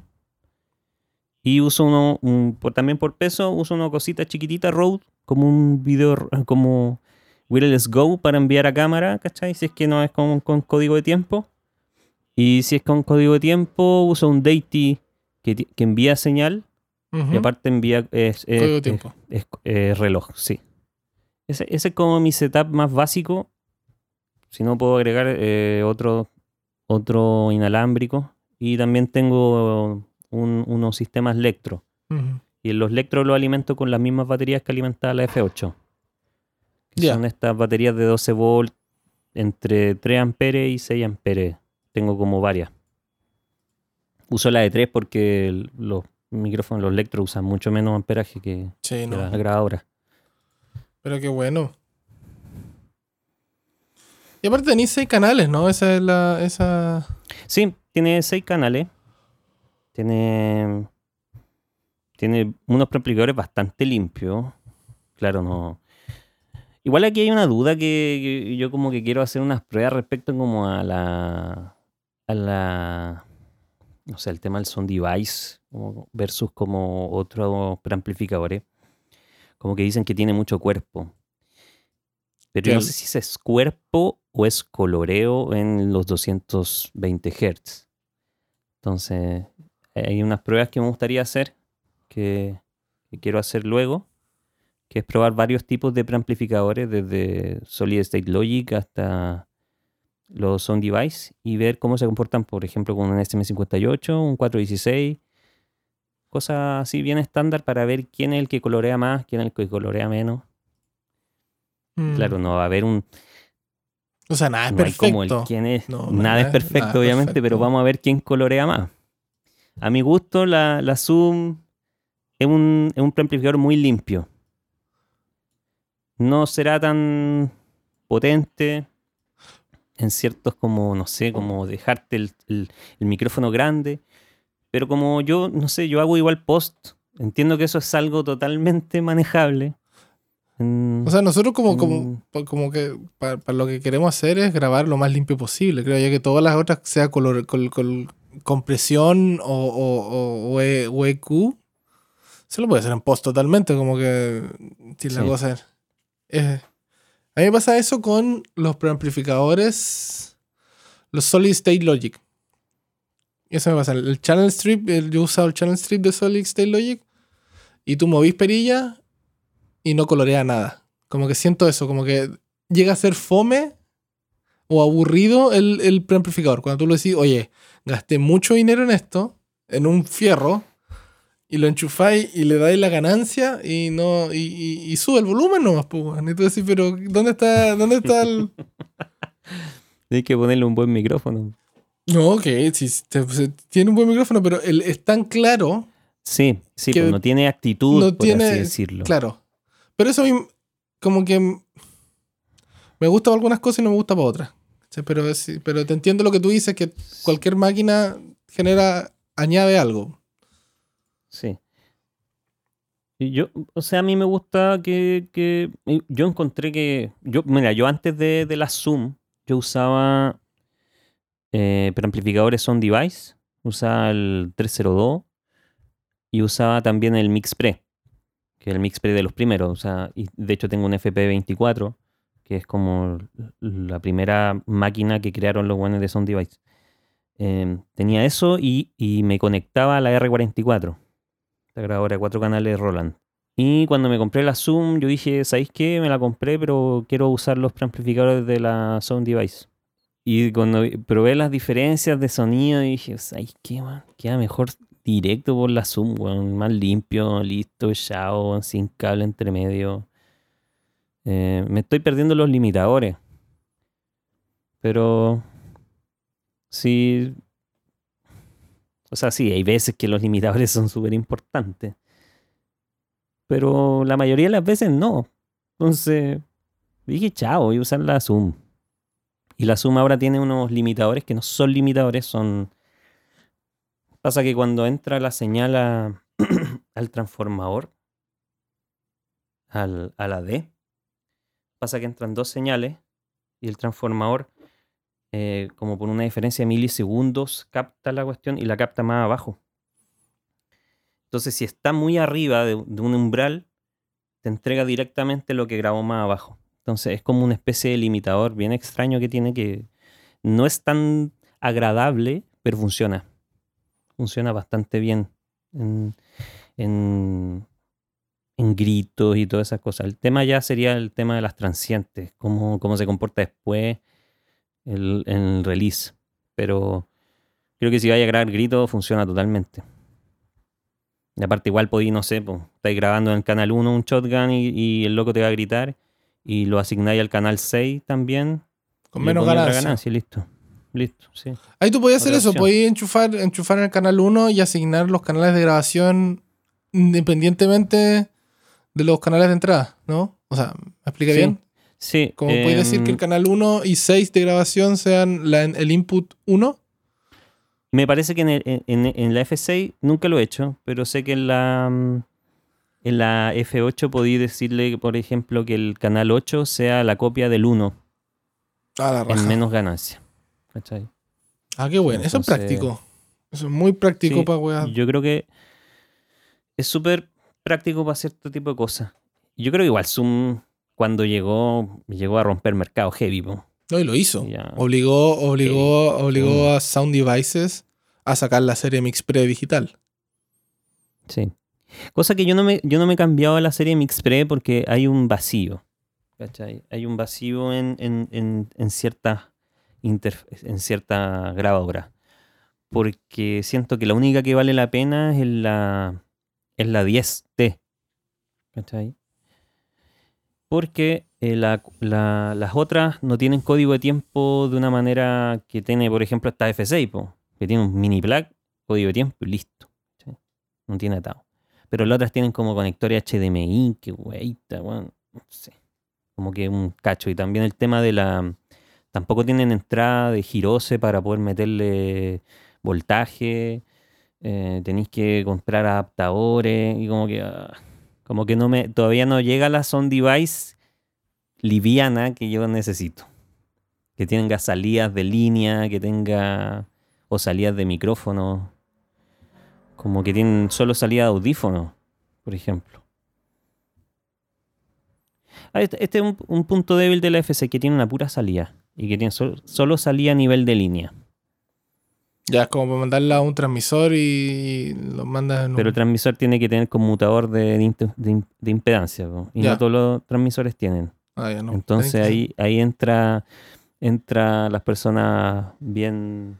Y uso uno, un- por, también por peso, uso una cosita chiquitita Rode, como un video, como Wireless Go para enviar a cámara, ¿cachai? Si es que no es con, con código de tiempo. Y si es con código de tiempo, uso un Deity que, ti- que envía señal. Ujú. Y aparte envía es, es- Código de es- tiempo. es- es reloj, sí. Ese, ese es como mi setup más básico. Si no, puedo agregar eh, otro, otro inalámbrico. Y también tengo un- unos sistemas Lectro. Ujú. Y los Lectro los alimento con las mismas baterías que alimentaba la F ocho. Que Ya. son estas baterías de doce volts entre tres amperes y seis amperes. Tengo como varias. Uso la de tres porque el- los micrófonos, los Lectro usan mucho menos amperaje que, Sí, que no. la grabadora. Pero qué bueno. Y aparte tenéis seis canales, ¿no? Esa es la. Esa. Sí, tiene seis canales. Tiene. Tiene unos preamplificadores bastante limpios. Claro, no. Igual aquí hay una duda que, que yo como que quiero hacer unas pruebas respecto como a la. A la. No sé, el tema del sound device como versus como otros preamplificadores. Como que dicen que tiene mucho cuerpo. Pero yo no Claro. sé si ese es cuerpo o es coloreo en los doscientos veinte hertz. Entonces, hay unas pruebas que me gustaría hacer, que, que quiero hacer luego, que es probar varios tipos de preamplificadores, desde Solid State Logic hasta los Sound Device, y ver cómo se comportan, por ejemplo, con un S M cincuenta y ocho, un cuatrocientos dieciséis, cosas así bien estándar para ver quién es el que colorea más, quién es el que colorea menos. Mm. Claro, no va a haber un... O sea, nada es no hay como el perfecto. quién es. No, nada nada es es- perfecto, nada es obviamente, perfecto. pero vamos a ver quién colorea más. A mi gusto, la, la Zoom es un, es un preamplificador muy limpio. No será tan potente en ciertos como, no sé, como dejarte el, el, el micrófono grande. Pero como yo, no sé, yo hago igual post, entiendo que eso es algo totalmente manejable. En, O sea, nosotros como, como, en, pa- como que para lo que queremos hacer es grabar lo más limpio posible, creo, ya que todas las otras, sea color, col- col- compresión o, o, o, o E- o E Q, se lo puede hacer en post totalmente, como que si la sí, cosa es... es- A mí me pasa eso con los preamplificadores, los Solid State Logic. Eso me pasa. El Channel Strip, el- yo he usado el Channel Strip de Solid State Logic y tú movís perilla y no colorea nada. Como que siento eso, como que llega a ser fome o aburrido el, el preamplificador. Cuando tú le decís, oye, gasté mucho dinero en esto, en un fierro, y lo enchufáis y le dais la ganancia y no y, y- y sube el volumen nomás, pues. Weón. Y tú decís, pero ¿dónde está, dónde está el...? hay que ponerle un buen micrófono. No, ok, sí, sí, te- se- tiene un buen micrófono, pero el, es tan claro Sí, sí, pues que no tiene actitud, no por así tiene... decirlo. Claro. Pero eso a mí como que me gusta para algunas cosas y no me gusta para otras. Sí, pero, sí, pero te entiendo lo que tú dices, que cualquier máquina genera, añade algo. Sí. Y yo, o sea, a mí me gusta que, que y yo encontré que, yo, mira, yo antes de, de la Zoom, yo usaba eh, preamplificadores on device, usaba el trescientos dos y usaba también el MixPre, que es el MixPre de los primeros, o sea, y de hecho tengo un F P veinticuatro, que es como la primera máquina que crearon los buenos de Sound Device. Eh, tenía eso y, y me conectaba a la R cuarenta y cuatro, la grabadora de cuatro canales Roland. Y cuando me compré la Zoom, yo dije, ¿sabéis qué? Me la compré, pero quiero usar los preamplificadores de la Sound Device. Y cuando probé las diferencias de sonido, dije, ¿sabéis qué, man? Queda mejor directo por la Zoom, weón. Más limpio, listo, chao, sin cable entre medio. Eh, me estoy perdiendo los limitadores. Pero sí, o sea, sí, hay veces que los limitadores son súper importantes. Pero la mayoría de las veces no. Entonces dije, chao, voy a usar la Zoom. Y la Zoom ahora tiene unos limitadores que no son limitadores, son... Pasa que cuando entra la señal a- al transformador, al, a la D, pasa que entran dos señales y el transformador, eh, como por una diferencia de milisegundos, capta la cuestión y la capta más abajo. Entonces, si está muy arriba de, de un umbral, te entrega directamente lo que grabó más abajo. Entonces, es como una especie de limitador bien extraño que tiene, que no es tan agradable, pero funciona. Funciona bastante bien en, en, en gritos y todas esas cosas. El tema ya sería el tema de las transientes, cómo, cómo se comporta después el, en el release. Pero creo que si vaya a grabar gritos, funciona totalmente. Y aparte, igual podí, no sé, pues, estáis grabando en el canal uno un shotgun y, y el loco te va a gritar, y lo asignáis al canal seis también, Con y le menos ponía otra ganancia. ganancia y listo. Listo, sí. Ahí tú podías hacer Otra eso, opción. podías enchufar, enchufar en el canal uno y asignar los canales de grabación independientemente de los canales de entrada, ¿no? O sea, ¿me explica Sí, bien? sí. Como podéis decir que el em, canal uno y seis de grabación sean la- el input uno. me parece que en, el- en- en la F seis nunca lo he hecho, pero sé que en la, mm, en la F ocho podí decirle, por ejemplo, que el canal ocho sea la copia del uno Ah, la en raja. menos ganancia. ¿Cachai? Ah, qué bueno. Eso es Entonces, práctico. Eso es muy práctico sí, para weas. yo creo que es súper práctico para cierto tipo de cosas. Yo creo que igual Zoom, cuando llegó, llegó a romper mercado heavy, po. No, y lo hizo. Ya, Obligó, heavy. obligó, obligó Sí, a Sound Devices a sacar la serie MixPre digital. sí. Cosa que yo no me, yo no me he cambiado a la serie MixPre porque hay un vacío. ¿Cachai? Hay un vacío en, en, en, en cierta interf- en cierta grabadora. Porque siento que la única que vale la pena es la, es la diez T. ¿Cachai? Porque eh, la- la- las otras no tienen código de tiempo de una manera que tiene, por ejemplo, esta F seis, po, que tiene un mini plug código de tiempo y listo. ¿Sí? No tiene atado. Pero las otras tienen como conectores H D M I, que weita, bueno, no sé. Como que un cacho. Y también el tema de la... Tampoco tienen entrada de girose para poder meterle voltaje. Eh, tenéis que comprar adaptadores. Y como que... ah, como que no me, todavía no llega la sound device liviana que yo necesito. Que tenga salidas de línea, que tenga... O salidas de micrófono. Como que tienen solo salida de audífono, por ejemplo. Ah, Este, este es un, un punto débil de la F C, que tiene una pura salida. Y que tiene sol- solo salida a nivel de línea. Ya es como para mandarla a un transmisor y lo mandas en Pero el un... transmisor tiene que tener conmutador de, de inte- de im- de impedancia, po, y Ya. no todos los transmisores tienen. Ah, ya no. Entonces Tenés que- ahí, ahí entra, entra las personas bien,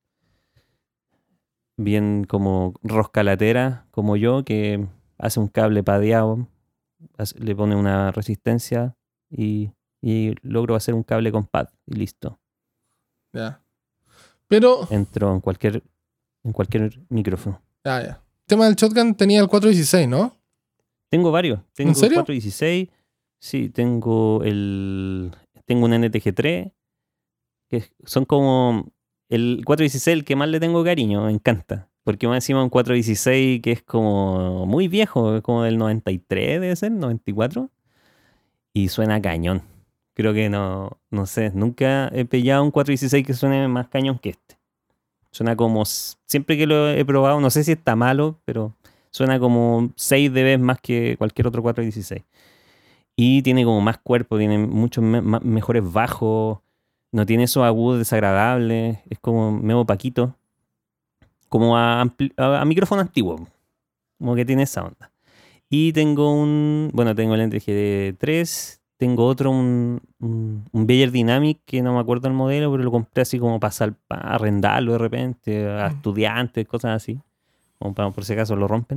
bien como roscalateras, como yo, que hace un cable padeado, hace- le pone una resistencia y, y logro hacer un cable con pad y listo. Ya. Pero... Entro en cualquier, en cualquier micrófono. Ya, ya. El tema del shotgun tenía el cuatro dieciséis, ¿no? Tengo varios. Tengo ¿En serio? el cuatro dieciséis. Sí, tengo el. Tengo un N T G tres. Que son como. El cuatro dieciséis, el que más le tengo cariño, me encanta. Porque más encima un cuatro dieciséis que es como muy viejo, es como del noventa y tres, debe ser, noventa y cuatro. Y suena cañón. Creo que no. No sé, nunca he pillado un cuatro dieciséis que suene más cañón que este. Suena como. s- Siempre que lo he probado, no sé si está malo, pero suena como seis dB más que cualquier otro cuatro dieciséis. Y tiene como más cuerpo, tiene muchos me- ma- mejores bajos, no tiene esos agudos desagradables, es como medio paquito, como a, ampli- a- a micrófono antiguo, como que tiene esa onda. Y tengo un, bueno, tengo el N T G tres, tengo otro, un, un, un Beyer Dynamic, que no me acuerdo el modelo, pero lo compré así como para, sal- para arrendarlo de repente a Mm. estudiantes, cosas así, como para, por si acaso lo rompen.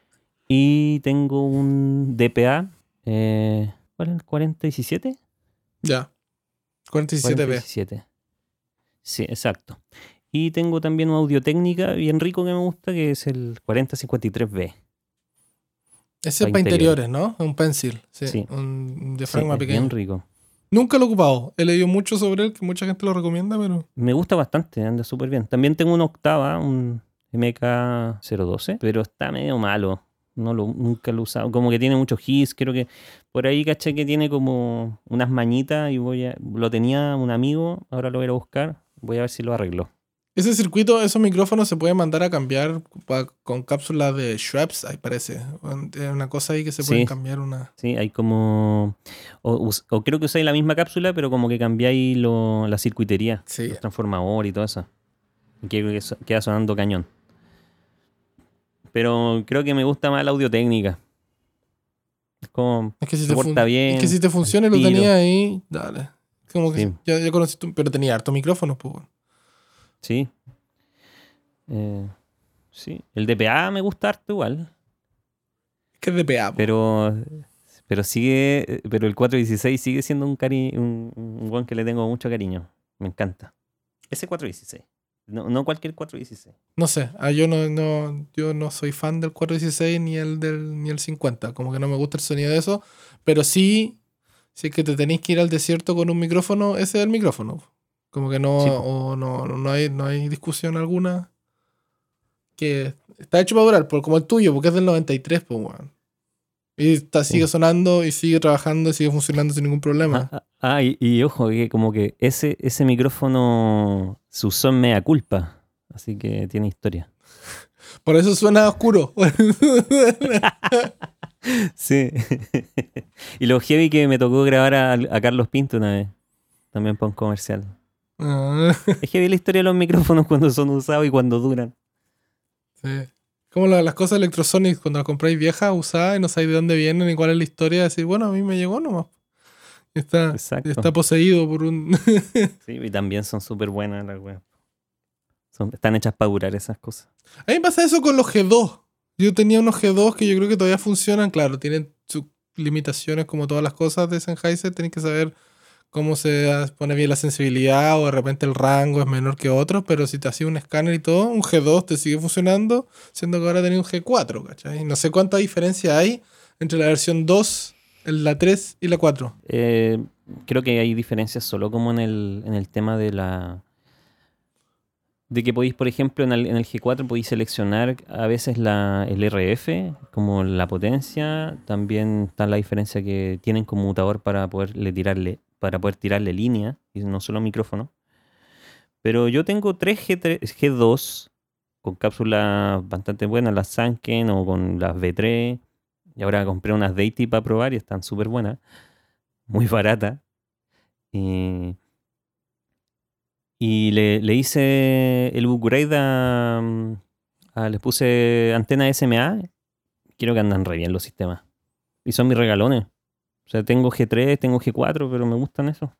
Y tengo un D P A, eh, ¿cuál es el cuarenta diecisiete? Ya. cuarenta y siete B. cuarenta diecisiete. Sí, exacto. Y tengo también una Audio-Técnica bien rico que me gusta, que es el cuarenta cincuenta y tres B. Ese es Pa' para interiores. interiores, ¿no? Un pencil. Sí. Sí. Un Sí, diafragma es pequeño. bien rico. Nunca lo he ocupado. He leído mucho sobre él, que mucha gente lo recomienda, pero... Me gusta bastante, anda súper bien. También tengo una octava, un M K cero doce, pero está medio malo. No lo, nunca lo he usado. Como que tiene mucho hiss. Creo que por ahí caché que tiene como unas mañitas y voy a... Lo tenía un amigo, ahora lo voy a ir a buscar. Voy a ver si lo arregló. Ese circuito, esos micrófonos se pueden mandar a cambiar pa- con cápsulas de Schweppes, ahí parece. Es una cosa ahí que se pueden Sí. cambiar una... Sí, hay como... O, us- o creo que usáis la misma cápsula, pero como que cambiáis lo- la circuitería, Sí. los transformadores y todo eso. Y que, que so- queda sonando cañón. Pero creo que me gusta más la Audio-Técnica. Es como... Es que si Se te, porta fun- bien, es que si te funciona y lo al tiro. tenía ahí, dale. Como que Sí. ya, ya conocí tu- pero tenía hartos micrófonos, pues. bueno. Sí. Eh, sí. El D P A me gusta harto igual. Es que es de P A, po. Pero... Pero sigue... Pero el cuatro dieciséis sigue siendo un cari un, un weón que le tengo mucho cariño. Me encanta. Ese cuatro dieciséis. No, no cualquier cuatro dieciséis. No sé, ah, yo no, no, yo no soy fan del cuatro dieciséis ni el del ni el cincuenta, como que no me gusta el sonido de eso, pero sí, si es que te tenéis que ir al desierto con un micrófono, ese es el micrófono. Como que no, Sí, po. o no, no hay, no hay discusión alguna. Que está hecho para durar, por, como el tuyo, porque es del noventa y tres, pues, weón. Y está, Sí. sigue sonando y sigue trabajando y sigue funcionando sin ningún problema. Ah, ah, ah, y, y ojo, que como que ese, ese micrófono se usó en mea culpa. Así que tiene historia. Por eso suena oscuro. Sí. Y lo heavy que me tocó grabar a, a Carlos Pinto una vez. También para un comercial. Ah, Es heavy la historia de los micrófonos cuando son usados y cuando duran. sí. Como la- las cosas Electrosonic, cuando las compráis viejas, usadas y no sabéis de dónde vienen ni cuál es la historia, decir, bueno, a mí me llegó nomás. Y está, Exacto. está poseído por un... Sí, y también son súper buenas las weas. Son, están hechas para durar esas cosas. A mí me pasa eso con los G dos. Yo tenía unos G dos que yo creo que todavía funcionan. Claro, tienen sus limitaciones como todas las cosas de Sennheiser. Tienes que saber cómo se pone bien la sensibilidad o de repente el rango es menor que otros, pero si te hacía un escáner y todo, un G dos te sigue funcionando, siendo que ahora tenés un G cuatro, ¿cachai? No sé cuánta diferencia hay entre la versión dos, la tres y la cuatro. Eh, creo que hay diferencias solo como en el, en el tema de la... De que podéis, por ejemplo, en el, en el G cuatro podéis seleccionar a veces la, el R F, como la potencia. También está la diferencia que tienen conmutador para poderle tirarle, para poder tirarle línea, y no solo micrófono. Pero yo tengo tres G tres, G dos con cápsulas bastante buenas, las Sanken o con las V tres. Y ahora compré unas Deity para probar y están súper buenas. Muy baratas. Y... Y le, le hice el upgrade a, a- les puse antena S M A. Quiero que andan re bien los sistemas. Y son mis regalones. O sea, tengo G tres, tengo G cuatro, pero me gustan eso.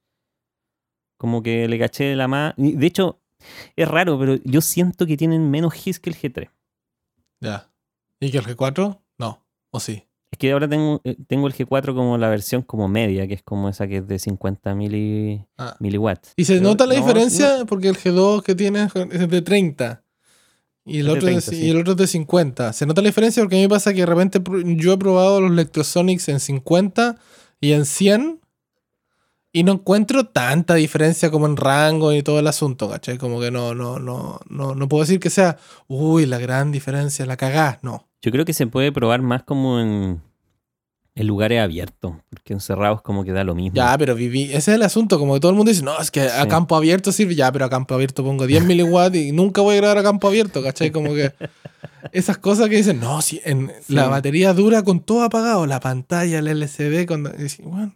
Como que le caché la más. y De hecho, es raro, pero yo siento que tienen menos hits que el G tres. Ya. ¿Y que el G cuatro? No. ¿O sí? Es que ahora tengo, eh, tengo el G cuatro como la versión como media, que es como esa que es de cincuenta mili, Ah. miliwatts. ¿Y se Pero nota la no, diferencia? Porque el G dos que tienes es de treinta. Y el, Es de otro, treinta, es, sí. y el otro es de cincuenta. ¿Se nota la diferencia? Porque a mí me pasa que de repente pro- yo he probado los Lectrosonics en cincuenta y en cien y no encuentro tanta diferencia como en rango y todo el asunto, ¿cachai? Como que no, no, no, no, no puedo decir que sea, uy, la gran diferencia, la cagá, no. Yo creo que se puede probar más como en, en lugares abiertos, porque encerrados como que da lo mismo. Ya, pero viví, ese es el asunto, como que todo el mundo dice, no, es que a Sí. campo abierto sirve, ya, pero a campo abierto pongo diez miliwatts y nunca voy a grabar a campo abierto, ¿cachai? Como que esas cosas que dicen, no, si en Sí. la batería dura con todo apagado, la pantalla, el L C D, cuando, y dices, bueno,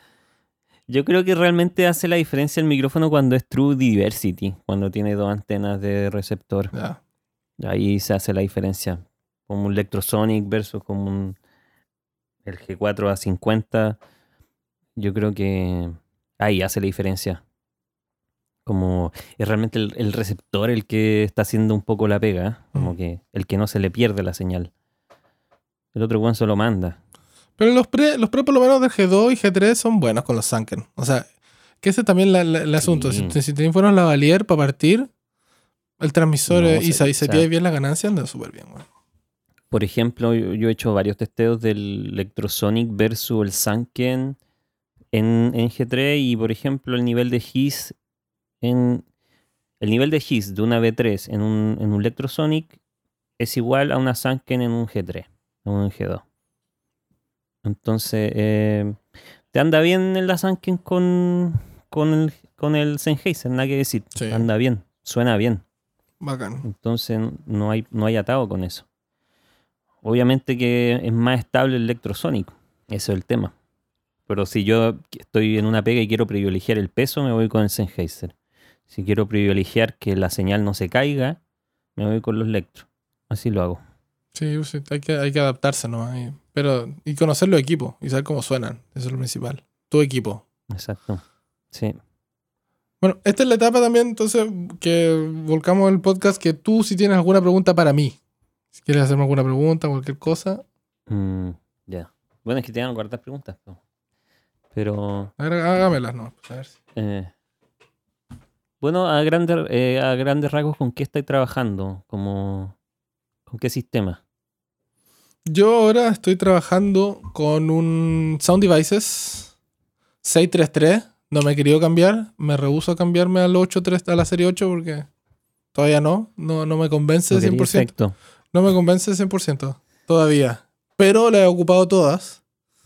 Yo creo que realmente hace la diferencia el micrófono cuando es True Diversity, cuando tiene dos antenas de receptor. ya. Ahí se hace la diferencia. Como un Electrosonic versus como un el G cuatro A cincuenta. Yo creo que ahí hace la diferencia. Como es realmente el, el receptor el que está haciendo un poco la pega, ¿eh? Como Mm. que el que no se le pierde la señal. El otro one solo manda. Pero los pre, los pre por lo menos del G dos y G tres son buenos con los Sanken. O sea, que ese también la- la- el asunto. Sí. Si, si te fueron lavalier para partir, el transmisor No, eh, o y sea, se, y o se sea, tiene bien la ganancia, anda súper bien, güey. Por ejemplo, yo, yo he hecho varios testeos del Electrosonic versus el Sanken en, en G tres y, por ejemplo, el nivel de Hiss en el nivel de Hiss de una V tres en un, en un Electrosonic es igual a una Sanken en un G tres, en un G dos. Entonces, eh, te anda bien en la Sanken con, con el, con el Sennheiser, nada que decir. Sí. Anda bien, suena bien. Bacán. Entonces, no hay, no hay atado con eso. Obviamente que es más estable el electrosónico, eso es el tema. Pero si yo estoy en una pega y quiero privilegiar el peso, me voy con el Sennheiser. Si quiero privilegiar que la señal no se caiga, me voy con los Electro. Así lo hago. Sí, pues, sí, hay que, hay que adaptarse nomás. y- Pero, y conocer los equipos y saber cómo suenan. Eso es lo principal. Tu equipo. Exacto. Sí. Bueno, esta es la etapa también, entonces, que volcamos el podcast, que tú si tienes alguna pregunta para mí. Si quieres hacerme alguna pregunta, cualquier cosa, Mm, ya. Bueno, es que te van a guardar preguntas. ¿No? Pero, haga- hágamelas, ¿no? Pues a ver si- eh, bueno, a grandes, eh, a grandes rasgos, ¿con qué estáis trabajando? Como, ¿con qué sistema? Yo ahora estoy trabajando con un Sound Devices seiscientos treinta y tres. No me he querido cambiar. Me rehúso a cambiarme al ocho tres, a la serie ocho porque todavía no. No, no me convence ¿No cien quería por ciento. efecto? No me convence cien por ciento todavía. Pero las he ocupado todas.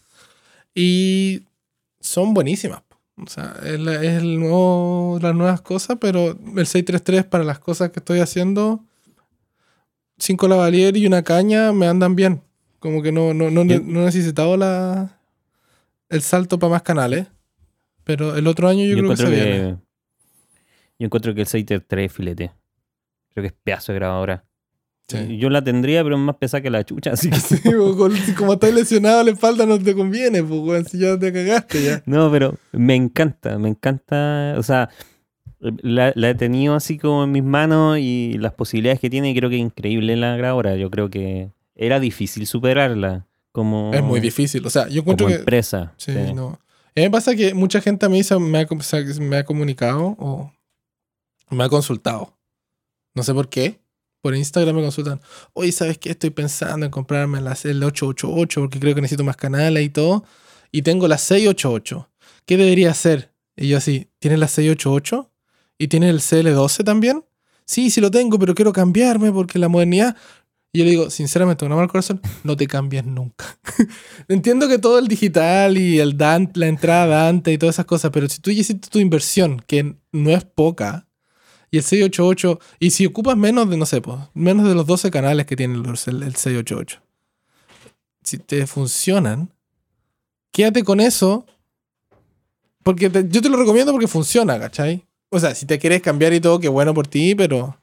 Y son buenísimas. O sea, es, la- es el nuevo, las nuevas cosas, pero el seiscientos treinta y tres para las cosas que estoy haciendo, cinco lavalier y una caña me andan bien. Como que no, no, no, Yo- no he necesitado la, el salto para más canales. Pero el otro año yo, Yo, creo que se encuentro viene. que, yo encuentro que el Seiter tres es filete. Creo que es pedazo de grabadora. Sí. Yo la tendría, pero es más pesada que la chucha, así que Sí, pues, con- si como estás lesionado la espalda no te conviene, pues, weón, si ya te cagaste ya. no, pero me encanta, me encanta, o sea, la, la he tenido así como en mis manos y las posibilidades que tiene, creo que es increíble la grabadora. Yo creo que era difícil superarla como, Es muy difícil. O sea, yo encuentro como que. empresa. Sí, sí. no. A mí me pasa que mucha gente a mí se me ha, se me ha comunicado o me ha consultado. No sé por qué. Por Instagram me consultan. Oye, ¿sabes qué? Estoy pensando en comprarme la, el ochocientos ochenta y ocho porque creo que necesito más canales y todo. Y tengo la seiscientos ochenta y ocho. ¿Qué debería hacer? Y yo así, ¿tienes la seiscientos ochenta y ocho? ¿Y tienes el C L doce también? Sí, sí lo tengo, pero quiero cambiarme porque la modernidad... Y yo le digo, sinceramente, con amor al corazón, no te cambies nunca. Entiendo que todo el digital y el Dante, la entrada Dante y todas esas cosas, pero si tú ya hiciste tu inversión, que no es poca, y el seiscientos ochenta y ocho, y si ocupas menos de, no sé, pues, menos de los doce canales que tiene el, el seiscientos ochenta y ocho, si te funcionan, quédate con eso, porque te, yo te lo recomiendo porque funciona, ¿cachai? O sea, si te quieres cambiar y todo, qué bueno por ti, pero...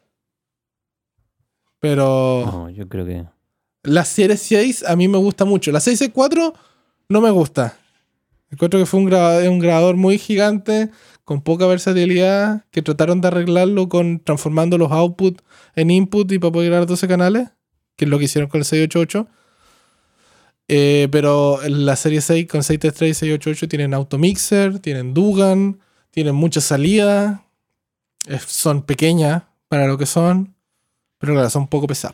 Pero... No, yo creo que... La serie seis a mí me gusta mucho. La seiscientos sesenta y cuatro no me gusta. Encuentro que fue un grabador, un grabador muy gigante, con poca versatilidad, que trataron de arreglarlo con transformando los outputs en input y para poder grabar doce canales, que es lo que hicieron con el seiscientos ochenta y ocho. Eh, pero la serie seis con seiscientos treinta y tres y seiscientos ochenta y ocho tienen automixer, tienen Dugan, tienen muchas salidas, eh, son pequeñas para lo que son, pero claro, son un poco pesadas.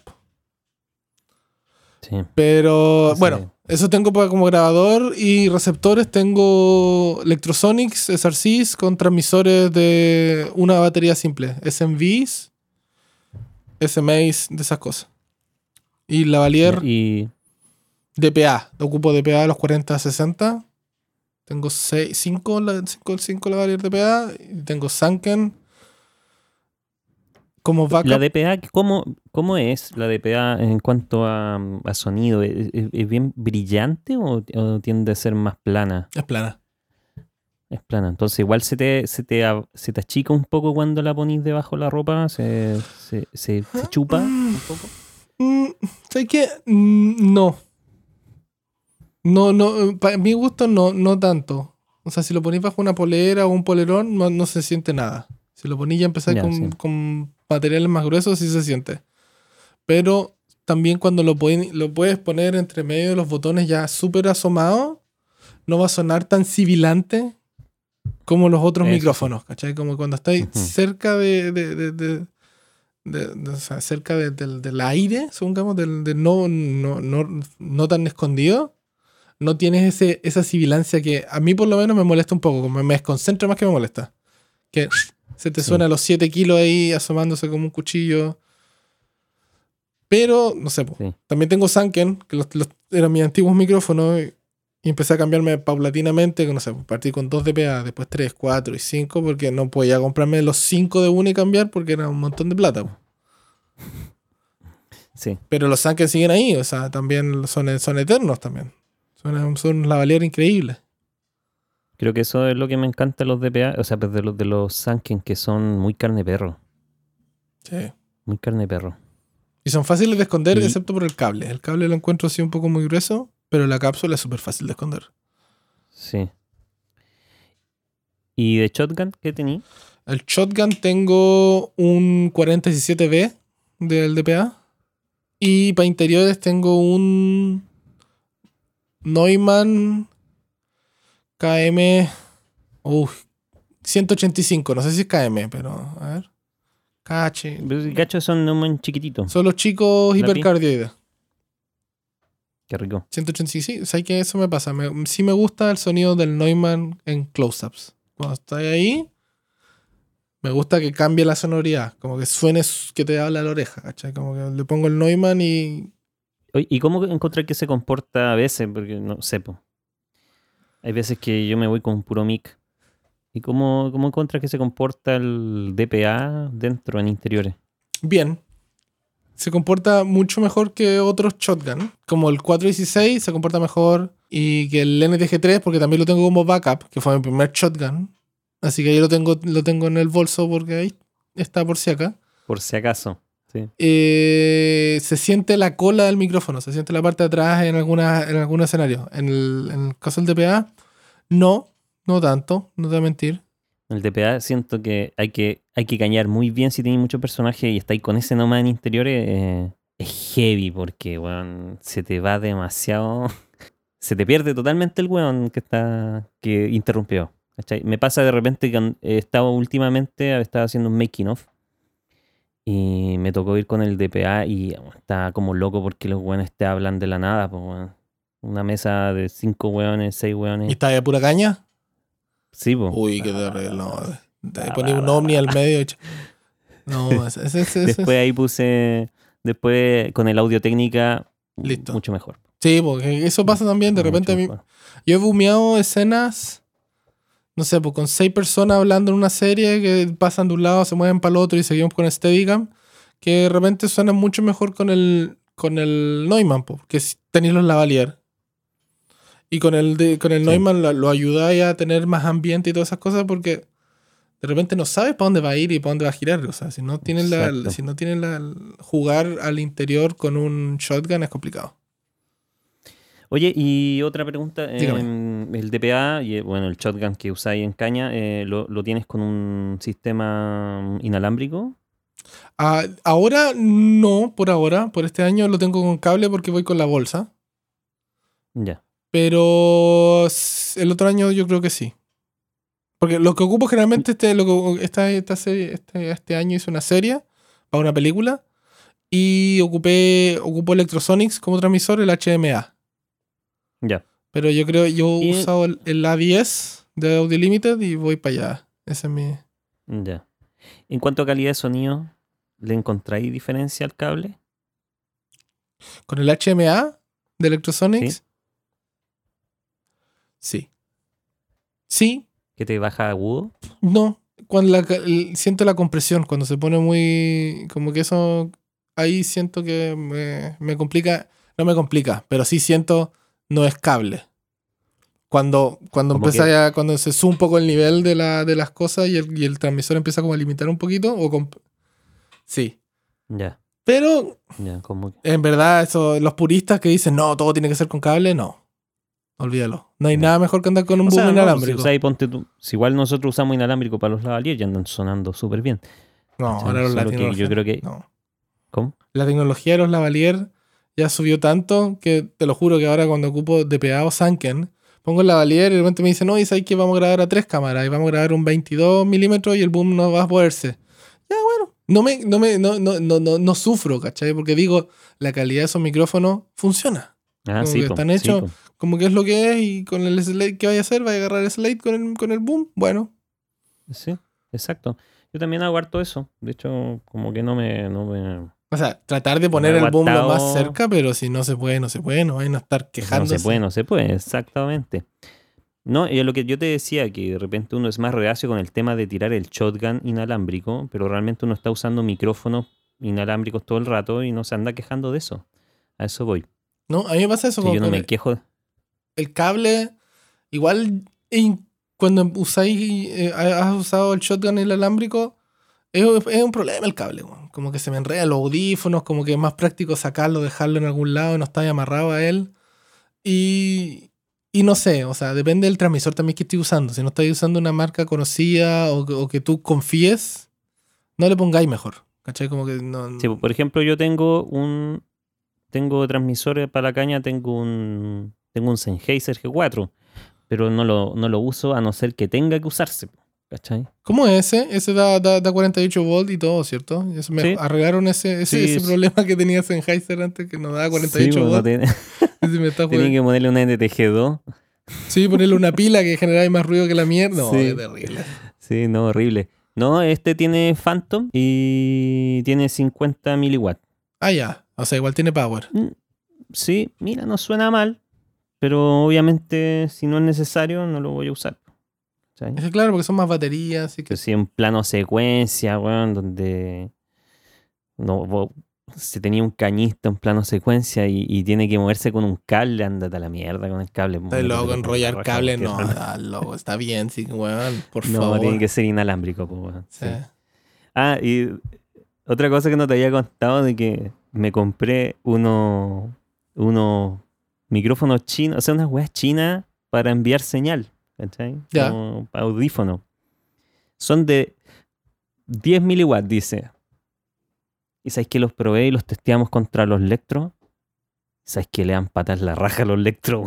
Sí. Pero Sí. bueno, eso tengo para como grabador y receptores. Tengo Electrosonics S R Cs con transmisores de una batería simple, S M Vs, S M As, de esas cosas. Y Lavalier Y D P A, ocupo D P A de los cuarenta sesenta. Tengo cinco Lavalier D P A y tengo Sanken como backup. la D P A, ¿cómo, cómo es la D P A en cuanto a, a sonido? ¿Es, es- es bien brillante o, o tiende a ser más plana? Es plana. Es plana. Entonces igual se te, se te, a- se te achica un poco cuando la ponís debajo de la ropa. Se, se, se- se chupa un poco. Mm, ¿Sabes qué? Mm, No. No, no, para mi gusto no, no tanto. O sea, si lo ponís bajo una polera o un polerón, no, no se siente nada. Si lo ponís ya empezar Ya, con, sí. con materiales más gruesos, sí se siente. Pero también cuando lo, pueden- lo puedes poner entre medio de los botones ya súper asomado, no va a sonar tan sibilante como los otros Eso sí. micrófonos, ¿cachai? Como cuando estáis Ujú. cerca de, de, de- de- de- de- o sea, cerca de- del, del aire, supongamos, del, del no, no, no, no tan escondido, no tienes ese, esa sibilancia que a mí por lo menos me molesta un poco, como me desconcentra más que me molesta. Que se te Sí. suena los siete kilos ahí asomándose como un cuchillo. Pero, no sé, po. Sí. También tengo Sanken, que los, los- eran mis antiguos micrófonos, y, y empecé a cambiarme paulatinamente, no sé, partí con dos D P A, después tres, cuatro y cinco, porque no podía comprarme los cinco de una y cambiar porque era un montón de plata, po. Sí. Pero los Sanken siguen ahí, o sea, también son, son eternos también. Son, son un lavalier increíble. Creo que eso es lo que me encanta de los D P A, o sea, pues de los de los Sanken, que son muy carne de perro. Sí. Muy carne de perro. Y son fáciles de esconder, Y- excepto por el cable. El cable lo encuentro así un poco muy grueso, pero la cápsula es súper fácil de esconder. Sí. ¿Y de Shotgun qué tení? El Shotgun tengo un cuarenta diecisiete B del D P A. Y para interiores tengo un Neumann K M uf, ciento ochenta y cinco. No sé si es K M, pero a ver. K H. Los gachos son Neumann chiquititos. Son los chicos ¿Lapi? hipercardioides. Qué rico. ciento ochenta y cinco. Sí, ¿sabes qué? Eso me pasa. Me- sí me gusta el sonido del Neumann en close-ups. Cuando estoy ahí, me gusta que cambie la sonoridad. Como que suene s- que te habla a la oreja, ¿cachai? Como que le pongo el Neumann y... Oye, ¿y cómo encontrar que se comporta a veces? Porque no sé, po. Hay veces que yo me voy con un puro mic. ¿Y cómo, cómo encontrar que se comporta el D P A dentro, en interiores? Bien. Se comporta mucho mejor que otros shotgun. Como el cuatrocientos dieciséis se comporta mejor. Y que el N T G tres, porque también lo tengo como backup, que fue mi primer shotgun. Así que ahí lo tengo, lo tengo en el bolso porque ahí está por si acá. Por si acaso. Sí. Eh, se siente la cola del micrófono, se siente la parte de atrás en, alguna, en algún escenario. En el, en el caso del D P A, no, no tanto, no te voy a mentir. El D P A siento que hay que, hay que cañar muy bien si tenéis muchos personajes y estáis con ese nomás en interiores. eh, es heavy porque, weón, se te va demasiado. se te pierde totalmente el weón que está que interrumpió. ¿Cachai? Me pasa de repente que he estado últimamente, estaba haciendo un making of y me tocó ir con el D P A y bueno, estaba como loco porque los weones te hablan de la nada. Pues, weón. Una mesa de cinco weones, seis weones. ¿Y está de pura caña? Sí, pues. Uy, qué terrible. No, te poní un ovni al medio. y- No, ese, ese, ese, ese- Después ahí puse, después con el audio técnica, Listo. mucho mejor. Sí, porque eso pasa también. De Mucho repente a mí, mejor. yo he bumeado escenas, no sé, pues con seis personas hablando en una serie que pasan de un lado, se mueven para el otro y seguimos con Steadicam, que de repente suena mucho mejor con el, con el Neumann, pues, porque si tenéis los lavalier. Y con el, de, con el Sí. Neumann lo, lo ayudáis a tener más ambiente y todas esas cosas porque de repente no sabes para dónde va a ir y para dónde va a girar. O sea, si no tienes la, Exacto. si no tienes la, jugar al interior con un shotgun es complicado. Oye, y otra pregunta. Dígame. eh, el D P A, y eh, bueno, el shotgun que usáis en caña, eh, ¿lo, lo tienes con un sistema inalámbrico? Ah, ahora no, por ahora. Por este año lo tengo con cable porque voy con la bolsa. Ya. Pero s- el otro año yo creo que sí. Porque lo que ocupo generalmente, este, lo que, esta, esta serie, este, este año hice una serie para una película y ocupé ocupo Electrosonics como transmisor, el H M A. Ya. Pero yo creo, yo he Y- usado el, el A diez de Audio Limited y voy para allá. Ese es mi... Ya. En cuanto a calidad de sonido, ¿le encontráis diferencia al cable? Con el H M A de Electrosonics. Sí. Sí, ¿Que te baja agudo? no. Cuando la, el- siento la compresión, cuando se pone muy... Como que eso... Ahí siento que me, me complica. No me complica, pero sí siento no es cable. Cuando, cuando Como empieza que- ya, cuando se sube un poco el nivel de, la, de las cosas y el, y el transmisor empieza como a limitar un poquito. O comp- sí. Ya. Pero Ya, como que... en verdad, eso, los puristas que dicen no, todo tiene que ser con cable, no. Olvídalo. No hay Ya. nada mejor que andar con un O boom sea, no, si, inalámbrico. usáis, ponte tú- si igual nosotros usamos inalámbrico para los lavaliers y andan sonando súper bien. No, ¿cachai? ahora los Solo que latinos. yo creo que... No. ¿Cómo? La tecnología de los lavalier ya subió tanto que te lo juro que ahora cuando ocupo D P A o Sanken, pongo el lavalier y de repente me dicen, no, y sabes que vamos a grabar a tres cámaras y vamos a grabar un veintidós milímetros y el boom no va a poderse. Ya, bueno. No me, no me, no, no, no, no, no sufro, ¿cachai? Porque digo, la calidad de esos micrófonos funciona. Ah, Como sí, que po, están sí, hechos po. como que es lo que es y con el slate que vaya a hacer, vaya a agarrar el slate con el, con el boom. Bueno, Sí, exacto. Yo también hago harto eso. De hecho, como que no me... No me... o sea, tratar de poner Me he el boom lo más aguantado. cerca, pero si no se puede, no se puede, no vayan a estar No quejándose. se puede, no se puede, exactamente. No, y lo que yo te decía, que de repente uno es más reacio con el tema de tirar el shotgun inalámbrico, pero realmente uno está usando micrófonos inalámbricos todo el rato y no se anda quejando de eso. A eso voy. No, a mí me pasa eso Sí, con, yo no con me el, quejo. el cable. Igual in- cuando usáis, eh, has usado el shotgun inalámbrico, es, es un problema el cable. weón. Como que se me enredan los audífonos, como que es más práctico sacarlo, dejarlo en algún lado y no estar amarrado a él. Y, y no sé, o sea, depende del transmisor también que estoy usando. Si no estáis usando una marca conocida o, que- o que tú confíes, no le pongáis mejor. ¿Cachai? Como que no. Sí, por ejemplo, yo tengo un... Tengo transmisores para la caña, tengo un... Tengo un Sennheiser G cuatro, pero no lo, no lo uso a no ser que tenga que usarse. ¿Cachai? ¿Cómo es ese? Ese da, da, da cuarenta y ocho volts y todo, ¿cierto? Eso me Sí. arreglaron ese, ese, Sí, ese sí. problema que tenía Sennheiser antes que no daba cuarenta y ocho Sí, pues, no volts. tiene- Ese me está tenía jodiendo. que ponerle una N T G dos. Sí, ponerle una pila que generaba más ruido que la mierda. No, Sí. qué terrible. Sí, no, horrible. No, este tiene Phantom y tiene cincuenta miliwatts. Ah, ya. O sea, igual tiene power. Mm, Sí, mira, no suena mal, pero obviamente si no es necesario no lo voy a usar. ¿Cachai? Es que claro, porque son más baterías. Así que... Que si en plano secuencia, weón, donde no, vo- se tenía un cañista en plano secuencia y, y tiene que moverse con un cable, ándate a la mierda con el cable. Está móvetelo loco, con la enrollar raja, cable. porque No, ah, loco. Está bien, sí, weón. Por no, favor. tiene que ser inalámbrico, po, weón. Sí. Sí. Ah, y otra cosa que no te había contado de que me compré uno, unos micrófonos chinos, o sea, unas weas chinas para enviar señal, ¿cachai? Ya. Como audífono. Son de diez miliwatts, dice. ¿Y sabéis que los probé y los testeamos contra los Lectros? ¿Sabéis que le dan patas la raja a los Lectros?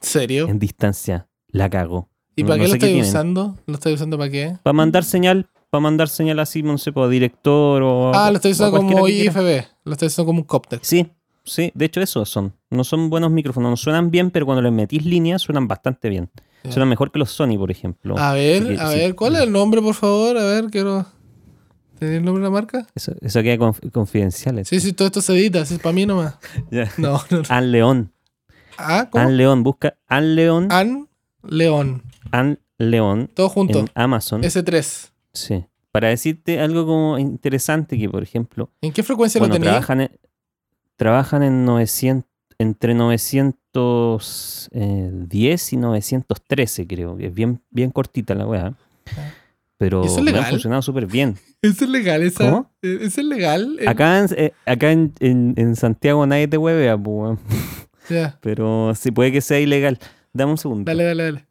¿Serio? en distancia. La cago. ¿Y No- para no qué lo sé qué estáis tienen. usando? ¿Lo estáis usando para qué? Para mandar señal, para mandar señal así, no sé, para director o Ah, a- lo estáis o a usando cualquiera como que quiera. I F B. Lo estáis usando como un Coptec. Sí, sí, de hecho esos son. No son buenos micrófonos, no suenan bien, pero cuando les metís líneas suenan bastante bien. Ya. Suenan mejor que los Sony, por ejemplo. A Así ver, que a sí, ver, ¿cuál es el nombre, por favor? A ver, quiero... ¿Tenés el nombre de la marca? Eso, eso queda conf- confidencial. Sí, sí, todo esto se edita, es para mí nomás. Ya. No, no, no. An León. Ah, ¿cómo? An León, busca An León. An León. An León Todo junto. en Amazon. ese tres. Sí. Para decirte algo como interesante que, por ejemplo, ¿En qué frecuencia bueno, lo tenéis? trabajan en, trabajan en novecientos, entre novecientos diez y novecientos trece, creo. Que es bien, bien cortita la weá. Pero ¿Y eso es me ha legal? funcionado súper bien. ¿Eso es legal? Esa, ¿Cómo? eh, ¿Eso es legal? Eh, Acá, en, eh, acá en, en- en Santiago nadie te huevea, pues, weón. Ya, Pero sí puede que sea ilegal. Dame un segundo. dale, dale, dale.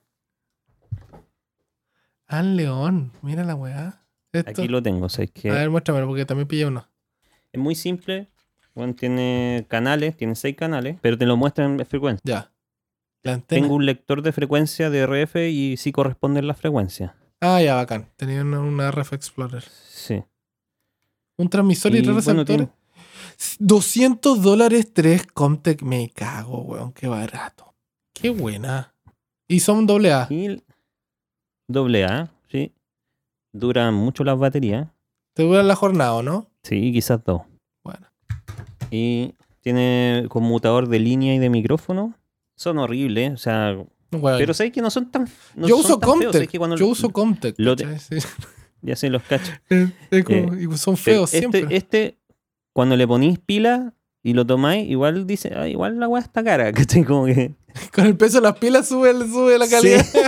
An León, mira la weá. Esto. Aquí lo tengo, o sea, es que A ver, muéstramelo porque también pillé uno. es muy simple. Bueno, tiene canales, tiene seis canales, pero te lo muestra en frecuencia. Ya. La antena. Tengo un lector de frecuencia de R F y sí corresponden las frecuencias. Ah, ya, bacán. Tenía una, una R F Explorer. Sí. Un transmisor y, tres bueno, receptores. tiene- doscientos dólares, tres Comtec. Me cago, weón. Qué barato. Qué buena. Y son doble A. y el doble A, sí. Duran mucho las baterías. Te dura la jornada, ¿o no? Sí, quizás dos. Bueno. Y tiene conmutador de línea y de micrófono. Son horribles, o sea, Bueno, pero sabes que no son tan no yo son uso tan feos, Comtec. es que cuando Yo lo- uso Comtec. lo ¿cachai? Sí. ya se los cacho. Es- es como- y son Pero feos este, siempre. este, cuando le ponís pila y lo tomáis, igual dice, "Ah, igual la weá está cara", ¿cachai? Como que. Con el peso de las pilas sube, sube la calidad. Sí.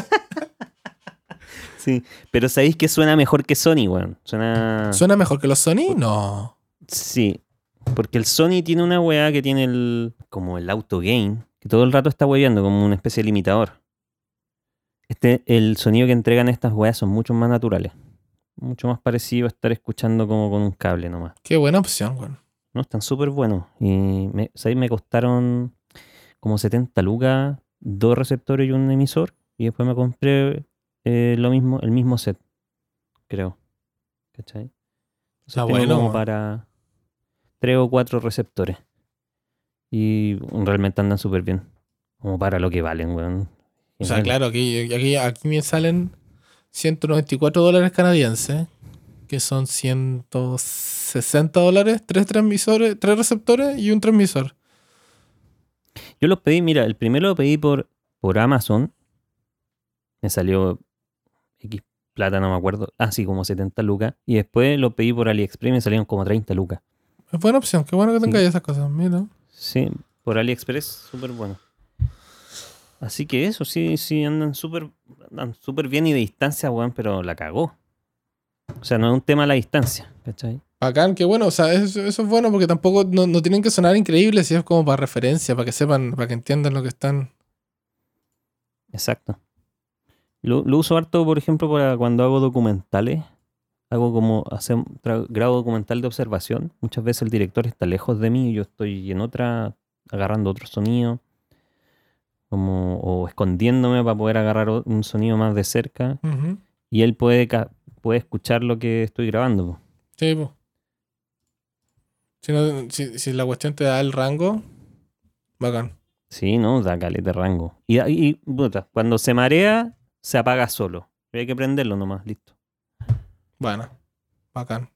Sí. Pero sabéis que suena mejor que Sony, weón. Suena. ¿Suena mejor que los Sony? No. Sí. Porque el Sony tiene una weá que tiene el. Como el auto gain. Que todo el rato está hueveando como una especie de limitador. Este, el sonido que entregan estas weas son mucho más naturales. Mucho más parecido a estar escuchando como con un cable nomás. Qué buena opción, weón. No, están súper buenos. Y me, ¿sabes? Me costaron como setenta lucas, dos receptores y un emisor. Y después me compré eh, lo mismo, el mismo set, creo. ¿Cachai? Entonces Está tengo bueno, como weón. para tres o cuatro receptores. Y realmente andan súper bien. Como para lo que valen, weón. O sea, Genial. claro, aquí, aquí, aquí me salen ciento noventa y cuatro dólares canadienses, que son ciento sesenta dólares, tres transmisores, tres receptores y un transmisor. Yo los pedí, mira, el primero lo pedí por, por Amazon. Me salió X plata, no me acuerdo. Ah, sí, como setenta lucas. Y después lo pedí por AliExpress y me salieron como treinta lucas. Es buena opción, qué bueno que Sí. tengáis esas cosas, mira. Sí, por AliExpress, súper bueno. Así que eso, sí, sí, andan súper andan súper bien y de distancia, weón, pero la cagó. O sea, no es un tema la distancia, ¿cachai? Bacán, qué bueno, o sea, eso, eso es bueno porque tampoco no, no tienen que sonar increíbles, si es como para referencia, para que sepan, para que entiendan lo que están. Exacto. Lo, lo uso harto, por ejemplo, para cuando hago documentales. Hago como, hacer, tra- grabo documental de observación. Muchas veces el director está lejos de mí y yo estoy en otra, agarrando otro sonido. Como, o escondiéndome para poder agarrar o- un sonido más de cerca. Ujú. Y él puede, ca- puede escuchar lo que estoy grabando, po. Sí, pues. Si, no- si, si la cuestión te da el rango, bacán. Sí, ¿no? Da caleta de rango. Y, y puta, cuando se marea, se apaga solo. Hay que prenderlo nomás, listo. Bueno, bacán.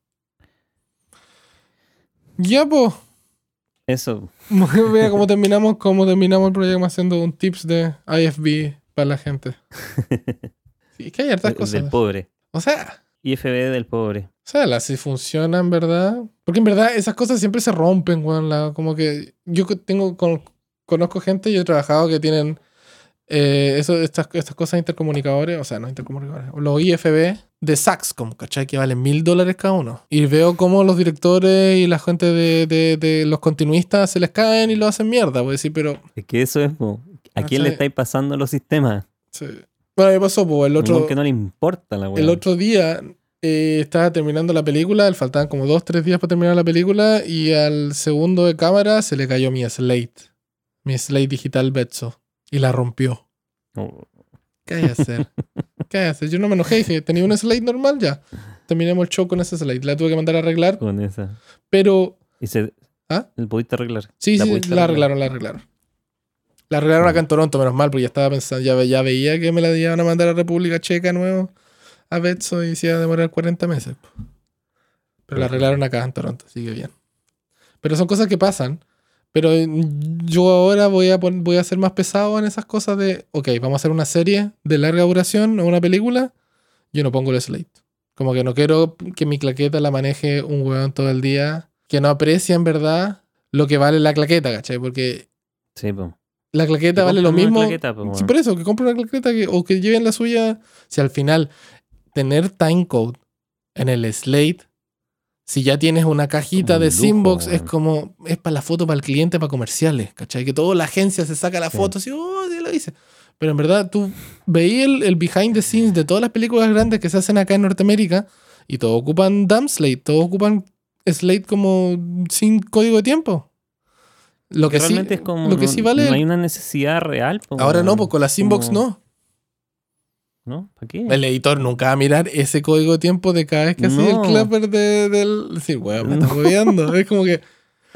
Ya, pues. Eso. Mira cómo terminamos, cómo terminamos el programa haciendo un tips de I F B para la gente. Sí, es que hay hartas cosas. Del pobre. O sea, I F B del pobre. o sea, las si funcionan, ¿verdad? Porque en verdad esas cosas siempre se rompen, weón. La- como que yo co- tengo, con- conozco gente y he trabajado que tienen eh, eso, estas, estas cosas intercomunicadores, o sea, no intercomunicadores, los I F B de Saxcom, ¿cachai? Que valen mil dólares cada uno. Y veo cómo los directores y la gente de, de, de los continuistas se les caen y lo hacen mierda, voy a decir, pero... Es que eso es, po. ¿A quién le ¿Cachai? estáis pasando los sistemas? Sí. Bueno, me pasó, pues, el Otro, otro, que no le importa la weá. el otro día eh, estaba terminando la película, le faltaban como dos, tres días para terminar la película y al segundo de cámara se le cayó mi Slate. Mi Slate digital Betso. Y la rompió. Oh. ¿Qué hay que hacer? ¿Qué hay que hacer? Yo no me enojé, dije, tenía un slate normal ya. Terminamos el show con ese slate. La tuve que mandar a arreglar, Con esa. pero... ¿Y se, ¿Ah? ¿la pudiste arreglar? Sí, ¿La sí, pudiste la arreglar? arreglaron, la arreglaron. La arreglaron acá en Toronto, menos mal, porque ya estaba pensando, ya, ve- ya veía que me la iban a mandar a República Checa nuevo a Betso y se iba a demorar cuarenta meses. po. Pero la arreglaron acá en Toronto, así que bien. Pero son cosas que pasan. Pero mm, yo ahora voy a, pon- voy a ser más pesado en esas cosas de, ok, vamos a hacer una serie de larga duración o una película, yo no pongo el slate. Como que no quiero que mi claqueta la maneje un huevón todo el día, que no aprecia en verdad lo que vale la claqueta, ¿cachai? Porque Sí, pues. la claqueta vale lo mismo. Sí, por eso, que compre una claqueta que, o que lleven la suya. Si al final tener timecode en el slate, si ya tienes una cajita Como de un lujo, Simbox, es weón. como, es para la foto, para el cliente, para comerciales, ¿cachai? Que toda la agencia se saca la Sí. foto así, oh, sí lo hice. Pero en verdad, tú veías el, el behind the scenes de todas las películas grandes que se hacen acá en Norteamérica y todos ocupan dumb slate, todos ocupan slate como sin código de tiempo. Lo Que que, sí, realmente es como. lo que no, sí vale. no hay una necesidad real. po, Ahora no, weón. pues con la Simbox Como- no. ¿No? ¿Para qué? El editor nunca va a mirar ese código de tiempo de cada vez que hacía el No. clapper de, del. Sí, weón, me No. está moviendo. Es como que.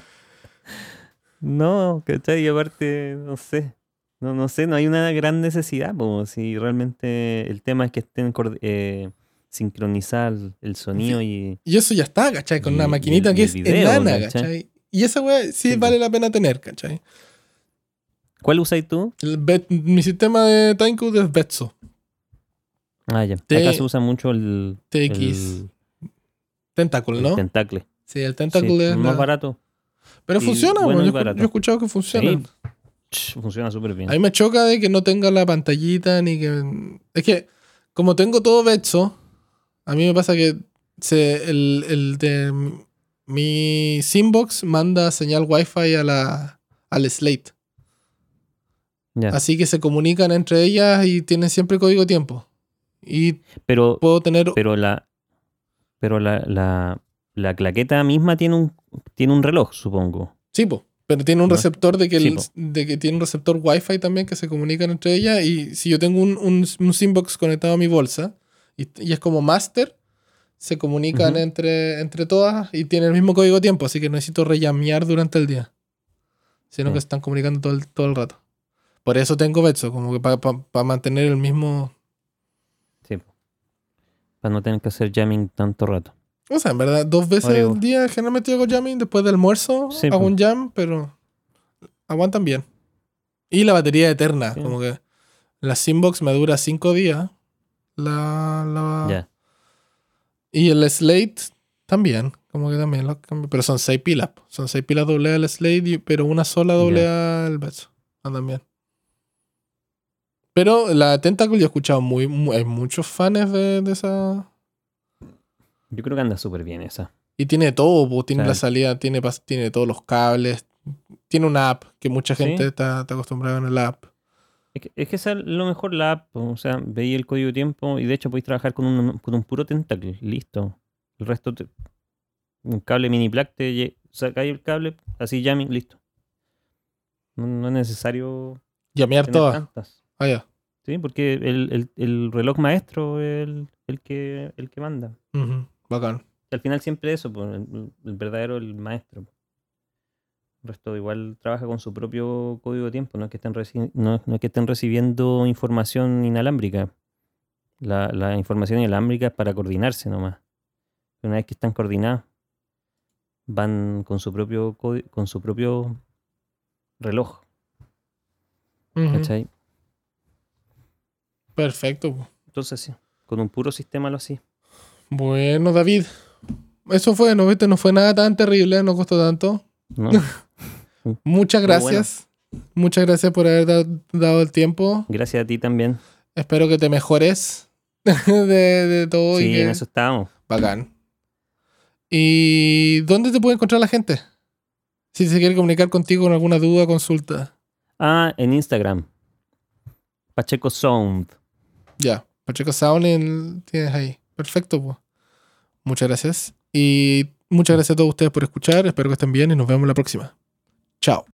No, ¿cachai? Y aparte, no sé. No, no sé, no hay una gran necesidad. Po, si realmente el tema es que estén cord- eh, sincronizar el sonido y. Y eso ya está, ¿cachai? Con Y- una y maquinita el- que y es el video, enana, ¿cachai? ¿cachai? Y esa weá sí, Sí, vale po. la pena tener, ¿cachai? ¿Cuál usáis tú? El Bet- mi sistema de timecode es Betso. Ah, ya. T- Acá se usa mucho el. T X. El, Tentacle, el ¿no? tentacle. Sí, el Sí, Tentacle es más la- barato. Pero y funciona, bueno weón. y Yo, barato. yo he escuchado que funciona. Sí. Ch, Funciona súper bien. A mí me choca de que no tenga la pantallita ni que... Es que como tengo todo Betso, a mí me pasa que se, el, el de mi Simbox manda señal Wi-Fi a la, al Slate. Ya. Así que se comunican entre ellas y tienen siempre código tiempo. Y Pero, puedo tener... pero la. Pero la, la, la claqueta misma tiene un, tiene un reloj, supongo. Sí, po, pero tiene un ¿No? receptor de que, el- Sí, po. de que tiene un receptor Wi-Fi también que se comunican entre ellas. Y si yo tengo un, un, un Simbox conectado a mi bolsa y, y es como master, se comunican Ujú. entre, entre todas y tiene el mismo código tiempo, así que no necesito rellamear durante el día. Sino Sí. que se están comunicando todo el, todo el rato. Por eso tengo Betso, como que para mantener el mismo... Sí. Para no tener que hacer jamming tanto rato. O sea, en verdad, dos veces Oye, al día generalmente hago jamming. Después del almuerzo Sí, hago po. un jam, pero aguantan bien. Y la batería eterna, Sí. como que la Simbox me dura cinco días. La, la... Ya. Y el Slate también, como que también lo cambio. Pero son seis pilas. po. Son seis pilas doble A el Slate, y- pero una sola doble A el Betso. Andan bien. Pero la Tentacle yo he escuchado muy, muy- hay muchos fans de, de esa. Yo creo que anda súper bien esa. Y tiene todo, po, tiene O sea, la salida, tiene, pas- tiene todos los cables, tiene una app que mucha ¿Sí? gente está, está acostumbrada en el app. Es que, es que esa es lo mejor la app. O sea, veis el código de tiempo y de hecho podéis trabajar con un, con un puro tentacle. Listo. El resto, te- un cable mini plug, te lle- sacáis el cable, así jamming, listo. No, no es necesario Llamear tener todas. tantas. Ah, ya. Sí, porque el, el- el reloj maestro es el, el que, el que manda. Ujú, bacán. Al final siempre eso, pues, el, el verdadero, el maestro. El resto igual trabaja con su propio código de tiempo, no es que estén, reci- no, no es que estén recibiendo información inalámbrica. La, la información inalámbrica es para coordinarse nomás. Una vez que están coordinados, van con su propio códi- con su propio reloj. Ujú, ¿Cachai? perfecto. po. Entonces sí, con un puro sistema lo así. Bueno, David. Eso fue, ¿no viste? No fue nada tan terrible, no costó tanto. ¿No? Muchas Pero gracias. Muchas gracias por haber da- dado el tiempo. Gracias a ti también. Espero que te mejores de, de todo. y Sí, que... en eso estábamos. Bacán. ¿Y dónde te puede encontrar la gente? Si se quiere comunicar contigo con alguna duda, consulta. Ah, en Instagram. Pacheco Sound. Ya, Pacheco Sound en- tienes ahí. Perfecto, pues. Muchas gracias. Y muchas gracias a todos ustedes por escuchar. Espero que estén bien y nos vemos la próxima. Chao.